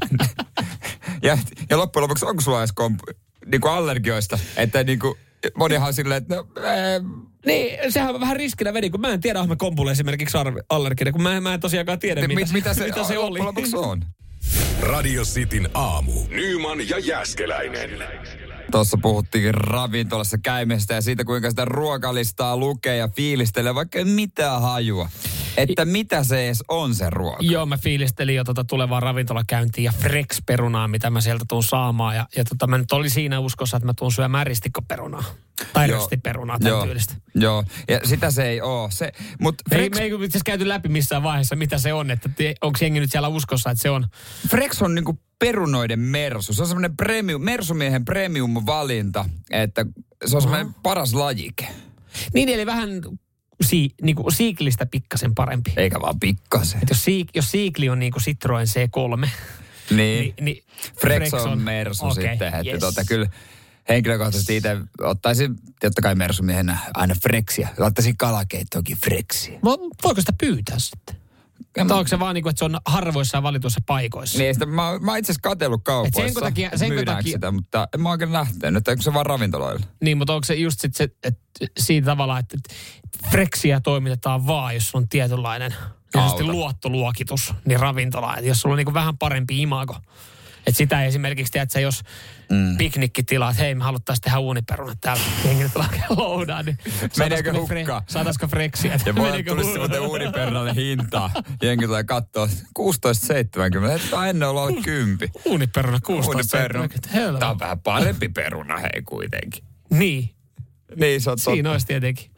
ja loppujen lopuksi, onko sulla edes niinku allergioista? Että niinku... Monihan on silleen, että Niin, sehän on vähän riskinä vedi, kun mä en tiedä, onko mä kompulle esimerkiksi allerginen, kun mä en tosiaankaan tiedä, mitä se oli. Lopuksi on. Radio Cityn aamu. Nyman ja Jääskeläinen. Tuossa puhuttiin ravintolassa käymisestä ja siitä, kuinka sitä ruokalistaa lukee ja fiilistelee, vaikka ei mitään hajua. Että mitä se edes on se ruoka. Joo, mä fiilistelin jo tulevaa ravintolakäyntiä ja Frex-perunaa, mitä mä sieltä tuun saamaan. Ja mä nyt olin siinä uskossa, että mä tuun syömään ristikkoperunaa. Tai ristiperunaa, tämän tyylistä. Joo, ja sitä se ei oo. Me ei itse asiassa käyty läpi missään vaiheessa, mitä se on. Että onko jengi nyt siellä uskossa, että se on? Frex on niinku perunoiden mersu. Se on semmoinen mersumiehen premium-valinta, että se on semmoinen paras lajike. Niin, eli vähän niinku siiklistä pikkasen parempi. Eikä vaan pikkasen. Jos siikli on niinku Citroen C3. Niin Frex on mersu sitten. Että yes. Kyllä henkilökohtaisesti itse ottaisin, totta kai mersumiehenä, aina Frexiä. Ottaisin kalakeittoakin Frexiä. Voiko sitä pyytää sitten? Onko se vaan niin kuin, että se on harvoissa valituissa paikoissa? Niin, sitä, mä oon itse asiassa katsellut kaupoissa, myydäänkö sitä, mutta en mä oikein lähtenyt, että onko se vaan ravintoloilla? Niin, mutta onko se just sit se, että siitä tavalla, että Frexiä toimitetaan vaan, jos on tietynlainen luottoluokitus, niin ravintola. Että jos sulla on niin kuin vähän parempi imago. Että sitä esimerkiksi, tiedätkö, jos piknikkitilaat, hei me haluttaisiin tehdä uuniperunat täällä, jengi nyt loudaan, niin meneekö hukkaan? Saataisiko Freksiä? Ja voi tulisi muuten uuniperunalle hintaa. Jengi tulee katsoa 16,70, että ennen on ollut 10. Uuniperuna 16,70. Tämä on vähän parempi peruna, hei kuitenkin. Niin. Niin, se on totta. Siinä olisi tietenkin.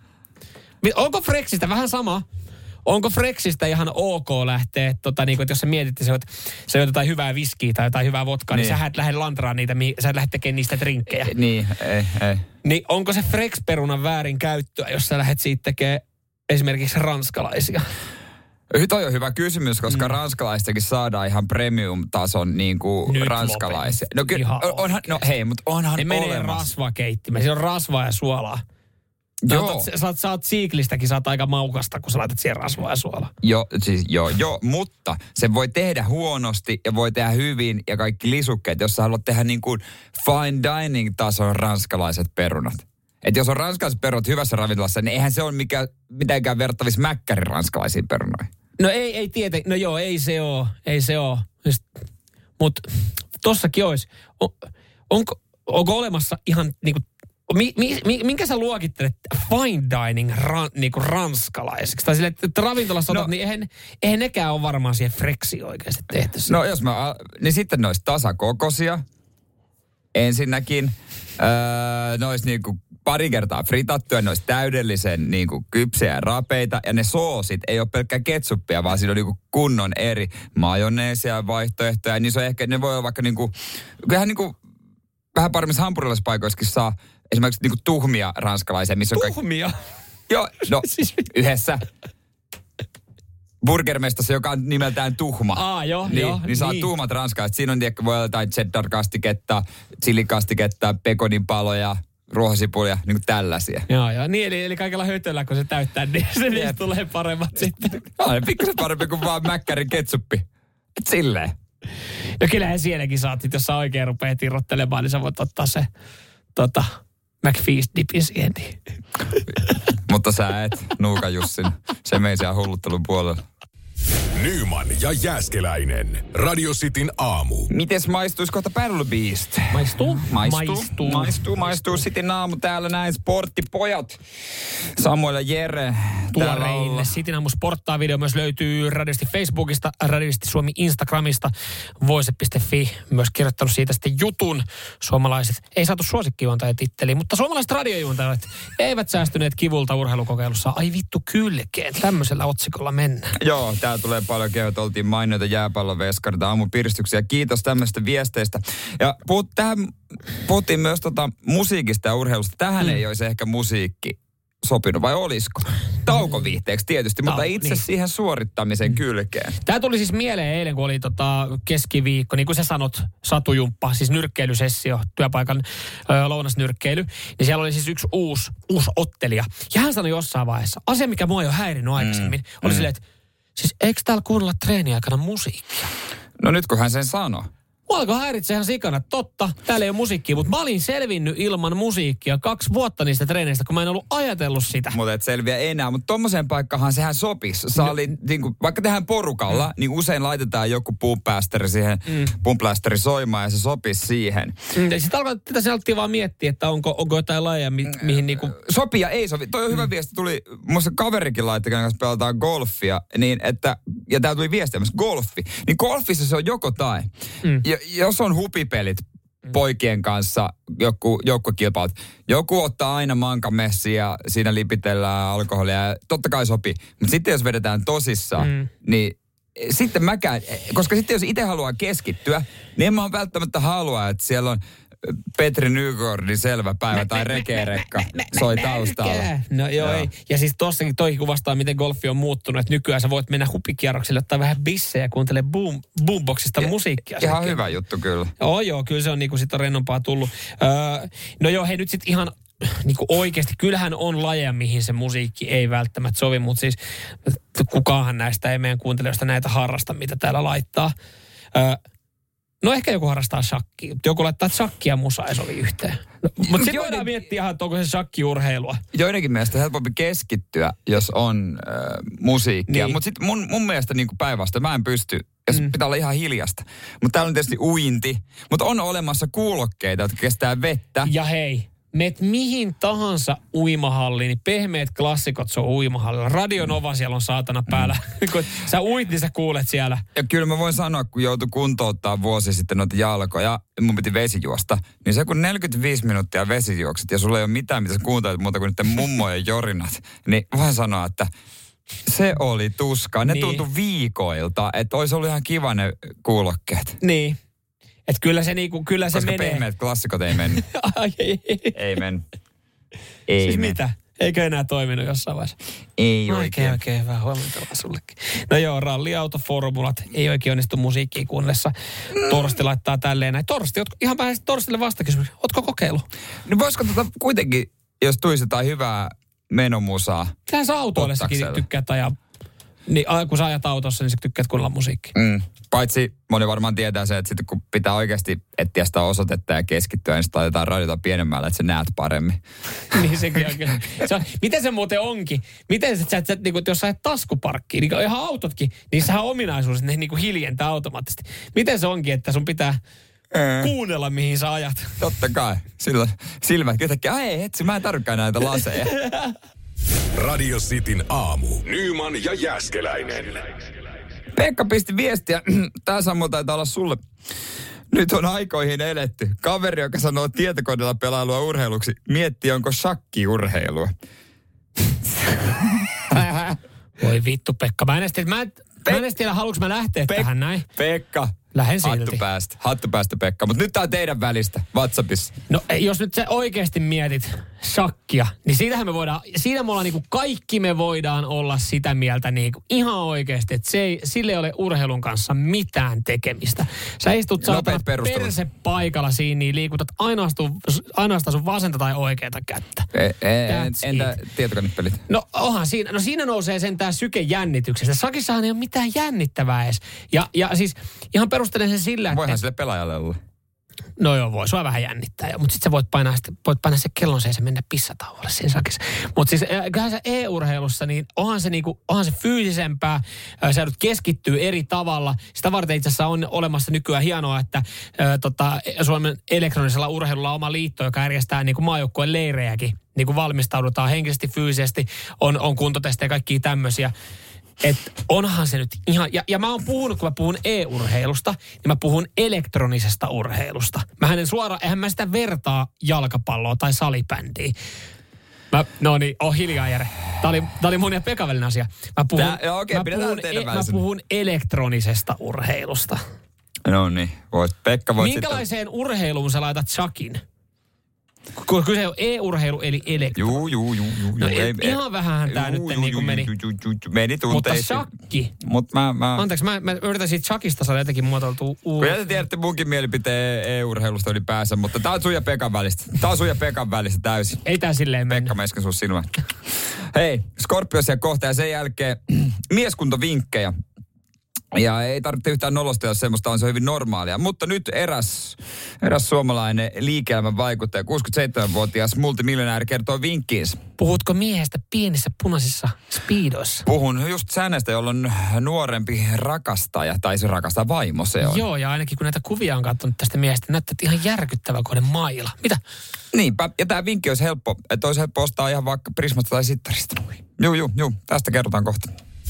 Onko Frexistä vähän sama? Onko Frexistä ihan ok lähteä, niin kuin, että jos sä mietit, että sä oot jotain hyvää viskiä tai jotain hyvää vodkaa, niin sä et lähde lantraan niitä, sä et lähde tekemään niistä drinkkejä. Niin, ei. Niin onko se Frex-perunan väärin käyttöä, jos sä lähdet siitä tekemään esimerkiksi ranskalaisia? Toi on hyvä kysymys, koska ranskalaistakin saadaan ihan premium-tason niin kuin ranskalaisia. No kyllä, mutta onhan ne menee rasvakeittimeen, siinä on rasvaa ja suolaa. Joo. Saat siiklistäkin, saat aika maukasta, kun sä laitat siihen rasvaa ja suolaa. Joo, mutta se voi tehdä huonosti ja voi tehdä hyvin ja kaikki lisukkeet, jos sä haluat tehdä niin kuin fine dining-tason ranskalaiset perunat. Että jos on ranskalaiset perunat hyvässä ravintolassa, niin eihän se ole mitenkään verrattavissa mäkkärin ranskalaisiin perunoihin. No ei tietenkään, no joo, ei se oo. Mutta tossakin olisi, onko olemassa ihan niinku, minkä sä luokittelet fine dining niinku ranskalaiseksi? Tai silleen, että ravintolassa otat, niin eihän nekään ole varmaan siihen freksiin oikeasti tehty. No jos niin sitten ne olisi tasakokoisia ensinnäkin. Ne olisi niinku pari kertaa fritattuja, ne olisi täydellisen niinku kypsiä ja rapeita. Ja ne soosit ei ole pelkkää ketsuppia, vaan siinä on niinku kunnon eri majoneesia vaihtoehtoja. Niin se on ehkä, ne voi olla vaikka niinku, kyllähän niinku vähän paremmissa hampurilaispaikoissakin saa esimerkiksi niinku tuhmia ranskalaisia. Missä tuhmia? Joo, no yhdessä. Burgermestassa, joka on nimeltään tuhma. Niin saa tuhmat ranskalaiset. Siinä on voi olla jotain cheddar-kastiketta, chilikastiketta, pekoninpaloja, ruohosipulia, niin kuin tällaisia. Joo. Niin, eli kaikella hötöllä, kun se täyttää, niin se niistä tulee paremmat sitten. Pikkusen parempi kuin vaan mäkkärin ketsuppi. Et silleen. No kyllähän sielläkin saat, jos sä oikein rupeat irrottelemaan, niin sä voit ottaa se McFeast-dipin siihen. Mutta sä et, Nuuka Jussin, se meisiä hulluttelun puolella. Nyman ja Jääskeläinen. Radio Cityn aamu. Mites maistuisi kohta Battle Beast? Maistuu Cityn aamu täällä näin. Sporttipojat. Samuel ja Jere. Tuoreille Cityn aamu sporttaa video myös löytyy Radiosti Facebookista, Radiosti Suomi Instagramista, voise.fi. Myös kirjoittanut siitä sitten jutun. Suomalaiset ei saatu suosikkijuontajat titteliin, mutta suomalaiset radiojuontajat eivät säästyneet kivulta urheilukokeilussa. Ai vittu kylkeen. Tämmöisellä otsikolla mennään. Joo, tää tulee paljon kehoita. Oltiin mainioita jääpallonveskareita, aamupiristyksiä. Kiitos tämmöistä viesteistä. Ja puhuttiin myös musiikista ja urheilusta. Tähän ei olisi ehkä musiikki sopinut, vai olisiko? Taukoviihteeksi tietysti, mutta itse siihen suorittamisen kylkeen. Tämä tuli siis mieleen eilen, kun oli keskiviikko, niin kuin sä sanot, Satujumppa, siis nyrkkeilysessio, työpaikan lounasnyrkkeily. Ja siellä oli siis yksi uusi ottelija. Ja hän sanoi jossain vaiheessa, asia mikä mua ei ole häirinnyt aikaisemmin, oli silleen, että siis eikö täällä kuunnella treeniaikana musiikkia? No nyt kun hän sen sanoi. Mua alkoi häiritse ihan sikana. Totta, täällä ei ole musiikkia, mutta mä olin selvinnyt ilman musiikkia 2 vuotta niistä treeneistä, kun mä en ollut ajatellut sitä. Mutta et selviä enää, mutta tommoseen paikkahan sehän sopisi. Niinku, vaikka tehdään porukalla, niin usein laitetaan joku pumplästeri siihen, pumplästeri soimaan ja se sopisi siihen. Ja sitten tätä se alettiin vaan miettiä, että onko jotain lajeja, mihin niinku... Sopii ja ei sovi. Toi on hyvä viesti. Tuli, musta kaverikin laittoi, kanssa pelataan golfia, niin että, ja täällä tuli viestiä myös golfi. Niin golfissa se on joko tai. Jos on hupipelit poikien kanssa, joukkokilpailut, joku ottaa aina mankamessia ja siinä lipitellään alkoholia ja totta kai sopii. Mutta sitten jos vedetään tosissaan, niin sitten mäkään, koska sitten jos itse haluaa keskittyä, niin en mä välttämättä halua, että siellä on Petri Nygårdin Selvä päivä tai Rekerekka soi taustalla. No joo, ei. Ja siis tossakin toikin kuvastaa, miten golfi on muuttunut, että nykyään sä voit mennä hupikierroksille, ottaa vähän bissejä ja kuuntele boomboxista musiikkia. Ihan hyvä juttu kyllä. Joo, kyllä se on niinku sit on rennompaa tullut. No joo, hei nyt sit ihan niinku oikeasti, kyllähän on lajeja, mihin se musiikki ei välttämättä sovi, mutta siis kukaanhan näistä ei meidän kuuntelijoista näitä harrasta, mitä täällä laittaa. No ehkä joku harrastaa shakkia. Joku laittaa shakkia musaa ei sovi yhteen. Mutta sitten voidaan miettiä, että onko se shakkiurheilua. Joidenkin mielestä helpompi keskittyä, jos on musiikkia. Niin. Mutta sitten mun mielestä niin päinvastoin mä en pysty, jos pitää olla ihan hiljasta. Mutta täällä on tietysti uinti. Mutta on olemassa kuulokkeita, jotka kestää vettä. Ja hei, meet mihin tahansa uimahalliin, niin pehmeät klassikot se on uimahallilla. Radio Nova siellä on saatana päällä. Kun sä uit, niin sä kuulet siellä. Ja kyllä mä voin sanoa, kun joutui kuntouttaa vuosi sitten noita jalkoja, mun piti vesijuosta, niin se kun 45 minuuttia vesijuokset ja sulla ei ole mitään, mitä sä kuuntelet muuta kuin niiden mummojen jorinat, niin voin sanoa, että se oli tuskaa. Ne tuntui viikoilta, että olisi ollut ihan kiva ne kuulokkeet. Niin. Että kyllä se niinku, kyllä se koska menee. Koska pehmeät klassikot ei mennyt. Ei mennyt. Siis mitä? Eikö enää toiminut jossain vaiheessa? Ei oikein. Oikein hyvä huomenta sullekin. No joo, ralliautoformulat ei oikein onnistu musiikkiin kuunnellessa. Torsti laittaa tälleen näin. Torsti, ihan vähän Torstille vastakysymys. Ootko kokeillut? No voisiko kuitenkin, jos tulisi jotain hyvää menomusaa. Kyllähän sä autoillessakin tykkäät ajaa Niin, kun sä ajat autossa, niin sä tykkäät kuunnella musiikkia. Paitsi moni varmaan tietää se, että sitten kun pitää oikeasti etsiä sitä osoitetta ja keskittyä, niin sitten laitetaan radiota pienemmällä, että sä näet paremmin. Niin sekin on kyllä. Miten se muuten onkin? Miten sä niin jos sä ajat taskuparkkiin, niin ihan autotkin, niin sehän on ominaisuus, että ne niin hiljentää automaattisesti. Miten se onkin, että sun pitää kuunnella, mihin sä ajat? Totta kai. Silloin silmät yhtäkkiä, etsi, mä en tarvitsekaan näitä laseja. Radio Cityn aamu. Nyman ja Jääskeläinen. Pekka pisti viestiä. Tää Samu taitaa olla sulle. Nyt on aikoihin eletty. Kaveri, joka sanoo tietokoneella pelailua urheiluksi, miettii, onko shakki-urheilua. Voi vittu, Pekka. Mä en edes tiedä, haluanko mä lähteä tähän näin. Pekka. Lähden silti. Hattu päästä, Pekka. Mutta nyt tää on teidän välistä WhatsAppissa. No jos nyt sä oikeasti mietit shakkia, niin siinä me ollaan niinku kaikki me voidaan olla sitä mieltä niinku ihan oikeasti, että sille ei ole urheilun kanssa mitään tekemistä. Sä istut saatana perse paikalla siinä, niin liikutat ainoastaan sun vasenta tai oikeata kättä. Entä tietokonepelit? No onhan siinä. No siinä nousee sentään syke jännityksestä. Shakissahan ei ole mitään jännittävää edes. Ja siis ihan perustelen sen sillä, että... Voihan sille pelaajalle olla. No joo, voi. Sua vähän jännittää jo. Mutta sitten sä voit painaa se kellon sees ja mennä pissatauolle siinä sakissa. Mutta siis kyllähän se e-urheilussa, niin onhan se fyysisempää. Sä joudut keskittyä eri tavalla. Sitä varten itse asiassa on olemassa nykyään hienoa, että Suomen elektronisella urheilulla on oma liitto, joka järjestää niin kuin maajoukkueen leirejäkin. Niin kuin valmistaudutaan henkisesti, fyysisesti, on kuntotestejä ja kaikkia tämmöisiä. Että onhan se nyt ihan... Ja mä oon puhunut, kun mä puhun e-urheilusta, niin mä puhun elektronisesta urheilusta. Eihän mä sitä vertaa jalkapalloa tai salibändiä. No niin, hiljaa Jere. Tää oli mun ja Pekan välinen asia. Mä puhun elektronisesta urheilusta. No niin, Pekka voit minkälaiseen urheiluun sä laitat shakin? Kun kyse on e-urheilu eli elektro. Juu. No ihan vähänhän tää nyt niin kuin meni. Meni tunteisiin. Mutta shakki. Mä... Anteeksi, mä yritän siitä shakista saada jotenkin muotoiltua kun te tiedätte munkin mielipiteen e-urheilusta ylipäänsä, mutta tää on sun ja Pekan välistä. Täysin. Ei tää silleen mennä. Pekka meskä sun silmään. Hei, Scorpiosia kohta ja sen jälkeen mieskuntovinkkejä. Ja ei tarvitse yhtään nolosta, jos semmoista on, se hyvin normaalia. Mutta nyt eräs suomalainen liike-elämän vaikuttaja, 67-vuotias multimiljonääri kertoo vinkkiinsä. Puhutko miehestä pienissä punaisissa speedoissa? Puhun just hänestä, jolla on nuorempi rakastaja, tai se rakastaa vaimo se on. Joo, ja ainakin kun näitä kuvia on katsonut tästä miehestä, näyttää ihan järkyttävä kohden maila. Mitä? Niinpä, ja tämä vinkki olisi helppo, että olisi helppo ostaa ihan vaikka Prismasta tai Sittarista. Joo, tästä kerrotaan kohta.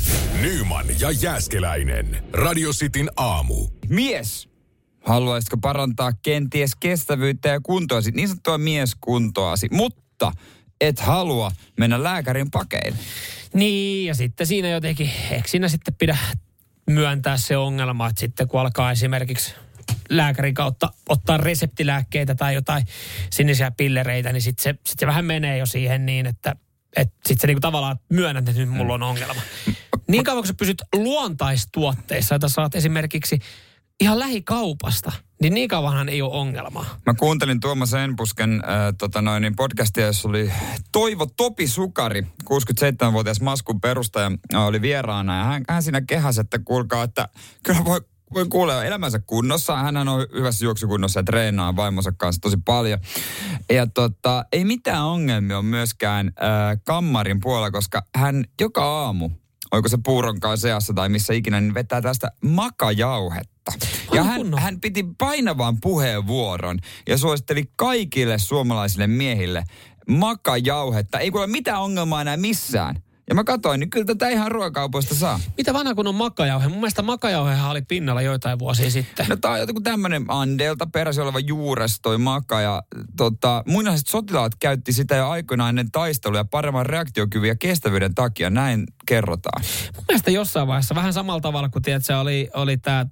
Nyman ja Jääskeläinen. Radio Cityn aamu. Mies. Haluaisitko parantaa kenties kestävyyttä ja kuntoasi, niin sanottua mieskuntoasi, mutta et halua mennä lääkärin pakeille? Niin, ja sitten siinä jotenkin, eikö siinä sitten pidä myöntää se ongelma, että sitten kun alkaa esimerkiksi lääkärin kautta ottaa reseptilääkkeitä tai jotain sinisiä pillereitä, niin sitten se vähän menee jo siihen niin, että sitten sä niinku tavallaan myönnät, että nyt mulla on ongelma. Niin kauan kun sä pysyt luontaistuotteissa, joita saat esimerkiksi ihan lähikaupasta, niin kauanhan ei ole ongelmaa. Mä kuuntelin Tuomas Enbusken podcastia, jossa oli Toivo Topi-Sukari, 67-vuotias Maskun perustaja, oli vieraana. Ja hän siinä kehasi, että kuulkaa, että kyllä voi kuulla elämänsä kunnossa. Hän on hyvässä juoksukunnossa ja treenaa vaimonsa kanssa tosi paljon. Ja ei mitään ongelmia ole myöskään kammarin puolella, koska hän joka aamu, oiko se puuronkaan seassa tai missä ikinä, niin vetää tästä makajauhetta. Ja hän piti painavan puheenvuoron ja suositteli kaikille suomalaisille miehille makajauhetta. Ei kuule mitään ongelmaa enää missään. Ja mä katsoin, niin kyllä tätä ihan ruokakaupoista saa. Mitä vanha kun on makajauhe? Mun mielestä makajauhehan oli pinnalla joitain vuosia sitten. No tää on joku tämmönen Andelta peräisin oleva juures toi maka. Ja muinaiset sotilaat käytti sitä jo aikoinaan ennen taisteluja paremman reaktiokyvyn ja kestävyyden takia. Näin kerrotaan. Mun mielestä jossain vaiheessa vähän samalla tavalla kuin tiedät, se oli tää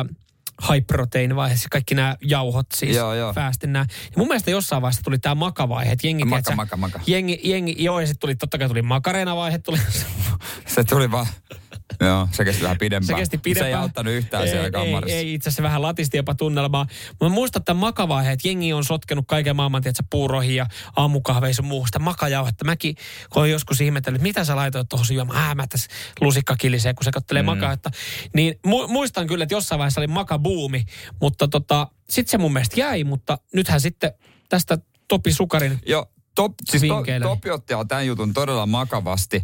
high protein vaiheessa, kaikki nämä jauhot siis, fäästin nämä. Ja mun mielestä jossain vaiheessa tuli tämä makavaihe, että jengi, maka. Jengi, joo, ja sitten totta kai tuli makarena-vaihe. Se tuli vaan Joo, se kesti vähän pidempään. Se kesti pidempään. Se ei auttanut yhtään siellä kammarissa. Ei itse asiassa vähän latisti jopa tunnelmaa. Mä muistan tämän makavaihe, että jengi on sotkenut kaiken maailman, tiedätkö, puuroihin ja aamukahveissa ja muuhun sitä makajauhetta. Mäkin, kun olen joskus ihmetellyt, mitä sä laitoit tuohon juomaan. Mä tässä lusikka kilisee, kun se kattelee makajauhetta. Niin muistan kyllä, että jossain vaiheessa oli makabuumi, mutta sit se mun mielestä jäi, mutta nythän sitten tästä Topi Sukarin Topi otti tämän jutun todella makavasti.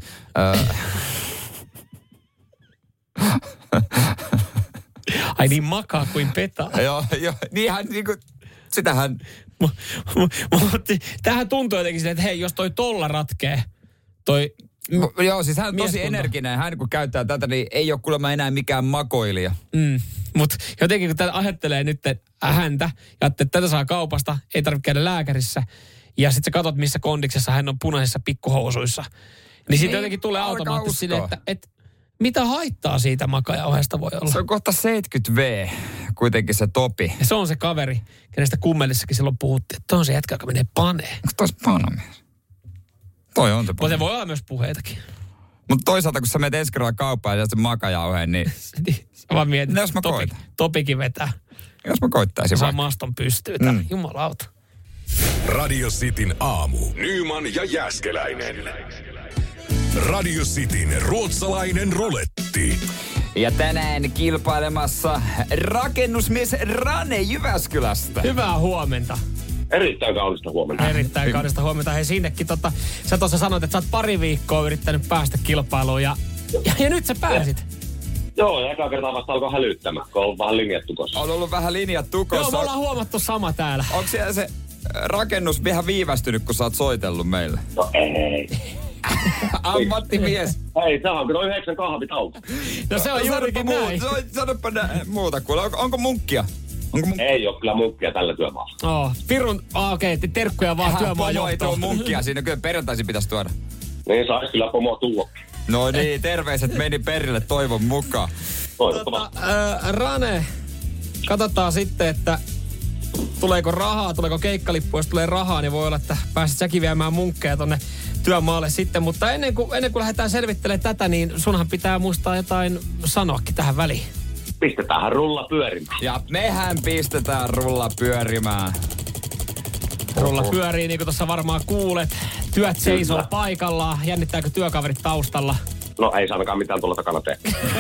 Ai niin makaa kuin petaa. Joo, niinhän niinku, sitähän. Tähän tuntuu jotenkin silleen, että hei, jos toi tolla ratkee, joo, siis hän on tosi energinen. Hän kun käyttää tätä, niin ei ole kuulemma enää mikään makoilija. Mutta jotenkin kun tätä ajattelee nyt häntä, ja että tätä saa kaupasta, ei tarvitse käydä lääkärissä, ja sitten sä katsot, missä kondiksessa hän on punaisissa pikkuhousuissa, niin sitten jotenkin tulee automaattisesti silleen, että mitä haittaa siitä makajauheesta voi olla? Se on kohta 70V, kuitenkin se Topi. Ja se on se kaveri, kenestä kummellissakin silloin puhuttiin, että toi on se jätkä, joka menee paneen. Onko toi panamies? Toi on se Mutta se voi olla myös puheitakin. Mutta toisaalta, kun sä menet ensi kerralla kauppaan ja sen makajauheen, niin sä vaan mietit, jos mä koitan. Topikin vetää. Jos mä koittaisin saa maaston pystyyn. Jumalauta. Radio Cityn aamu. Nyman ja Jääskeläinen. Radio Cityn ruotsalainen ruletti. Ja tänään kilpailemassa rakennusmies Rane Jyväskylästä. Hyvää huomenta. Erittäin kaunista huomenta. Erittäin kaunista huomenta. Hei sinnekin, sä tuossa sanoit, että sä oot pari viikkoa yrittänyt päästä kilpailuun ja nyt sä pääsit. Joo, ja eka kertaa vasta alkoi hälyttämään, kun on ollut vähän linjat tukossa. On ollut vähän linjat tukossa. Joo, me ollaan huomattu sama täällä. Onko siellä se rakennus vähän viivästynyt, kun sä oot soitellut meille? No ei. Ammattimies. Hei, se on kyllä 9 kahvitauko. No se on juurikin näin. Sanoppa muuta kuule. Onko munkkia? Ei ole kyllä munkkia tällä työmaalla. Okei, terkkuja vaan työmaan johtoon. Pomo ei tuo munkkia siinä, kyllä perjantaisin pitäisi tuoda. Niin, sais kyllä pomo tuo. No niin, terveiset meni perille toivon mukaan. Toivottavasti. Rane, katsotaan sitten, että tuleeko rahaa, tuleeko keikkalippu, jos tulee rahaa, niin voi olla, että pääset säkin viemään munkkeja tonne työmaalle sitten. Mutta ennen kuin lähdetään selvittelemään tätä, niin sunhan pitää muistaa jotain sanoakin tähän väliin. Pistetäänhän rulla pyörimään. Ja mehän pistetään rulla pyörimään. Rulla pyörii, niin kuin tuossa varmaan kuulet. Työt seisoo paikallaan. Jännittääkö työkaverit taustalla? No ei saanakaan mitään tuolla takana tee.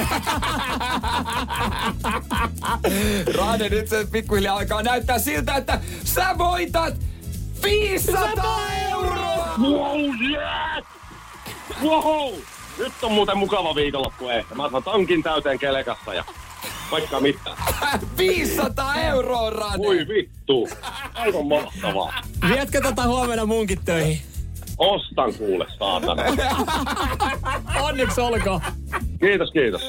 Rane, nyt se pikkuhiljaa alkaa näyttää siltä, että sä voitat 500 euroa! Wow, yes! Wow! Nyt on muuten mukava viikonloppu ehkä. Mä saan tankin täyteen kelekassa ja vaikka mitään. 500 euroa, Rane! Ui vittu. Aivan mahtavaa. Vietkö huomenna munkit töihin? Ostan kuule, saatana. Onneksi olkoon. Kiitos.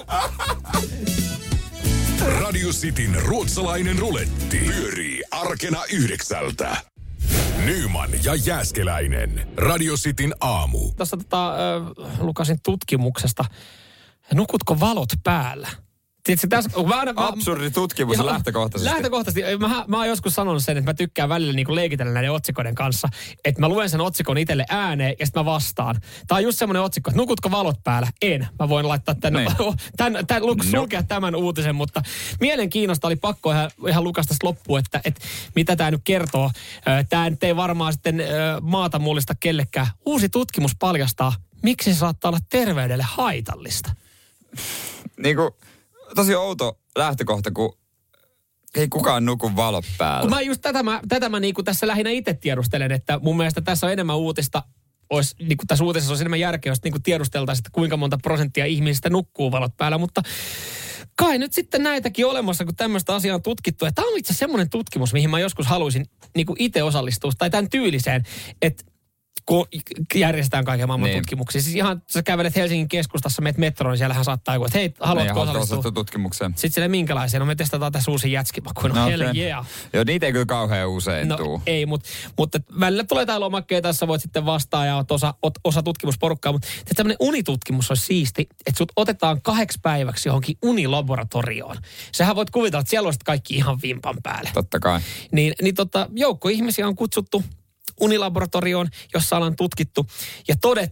Radio Cityn ruotsalainen ruletti pyörii arkena 9:00. Nyman ja Jääskeläinen. Radio Cityn aamu. Tuossa lukasin tutkimuksesta. Nukutko valot päällä? Tiedätkö, absurdi tutkimus lähtökohtaisesti. Lähtökohtaisesti. Mä oon joskus sanonut sen, että mä tykkään välillä niin kuin leikitellä näiden otsikoiden kanssa. Että mä luen sen otsikon itselle ääneen ja sitten mä vastaan. Tää on just semmoinen otsikko, että nukutko valot päällä? En. Mä voin laittaa sulkea tämän uutisen, mutta mielenkiinnosta oli pakko ihan lukasta loppuun, että mitä tää nyt kertoo. Tää nyt ei varmaan sitten maata mullista kellekään. Uusi tutkimus paljastaa, miksi se saattaa olla terveydelle haitallista. Niinku tosi outo lähtökohta, kun ei kukaan nuku valot päällä. Kun mä just tätä mä niinku tässä lähinnä itse tiedustelen, että mun mielestä tässä on enemmän uutista, niinku tässä uutisessa olisi enemmän järkeä, jos niinku tiedusteltaisiin, että kuinka monta prosenttia ihmisistä nukkuu valot päällä, mutta kai nyt sitten näitäkin olemassa, kun tämmöistä asiaa on tutkittu. Tämä on itse asiassa semmoinen tutkimus, mihin mä joskus haluaisin niinku itse osallistua, tai tämän tyyliseen, että kun järjestetään kaiken maailman tutkimuksia. Siis ihan, sä kävelet Helsingin keskustassa, meet metroon, niin siellähän saattaa joku, että hei, haluatko osallistua tutkimukseen? Sitten silleen minkälaisia? No me testataan tässä uusia jätskimakuja. No hell yeah. Joo, niitä ei kyllä kauhean usein tuu. Ei, mutta välillä tulee tää lomakkeita, tässä voit sitten vastaa ja osa tutkimusporukkaa. Mutta tämmöinen unitutkimus olisi siisti, että sut otetaan 8 päiväksi johonkin unilaboratorioon. Sähän voit kuvitella, että siellä olisit kaikki ihan vimpan päälle. Totta kai. Niin joukko ihmisiä on kutsuttu unilaboratorioon, jossa ollaan tutkittu ja todettu,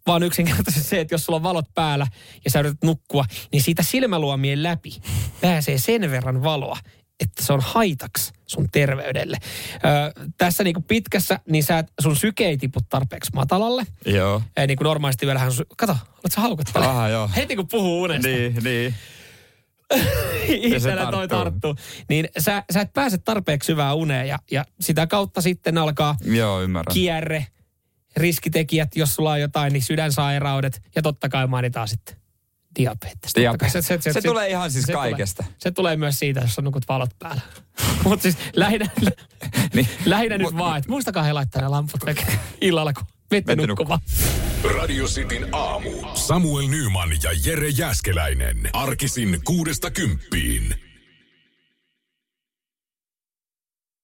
vaan yksinkertaisesti se, että jos sulla on valot päällä ja sä yrität nukkua, niin siitä silmäluomien läpi pääsee sen verran valoa, että se on haitaksi sun terveydelle. Tässä niin kuin pitkässä, niin sun syke ei tipu tarpeeksi matalalle. Joo. Niin kuin normaalisti vielähän kato, olet sä haukuttele. Aha, joo. Heti kun puhuu unesta. Niin. Itsellä toi tarttuu. Niin sä et pääse tarpeeksi hyvää uneen ja sitä kautta sitten alkaa kierre, riskitekijät, jos sulla on jotain, niin sydänsairaudet ja totta kai mainitaan sitten diabetes. Se tulee ihan siis kaikesta. Se tulee myös siitä, jos on nukut valot päällä. Mutta siis lähinnä nyt vaan, että muistakaa he laittaa ne lamput illalla, kun menette nukkumaan. Radio Cityn aamu. Samuel Nyman ja Jere Jääskeläinen. Arkisin 6–10.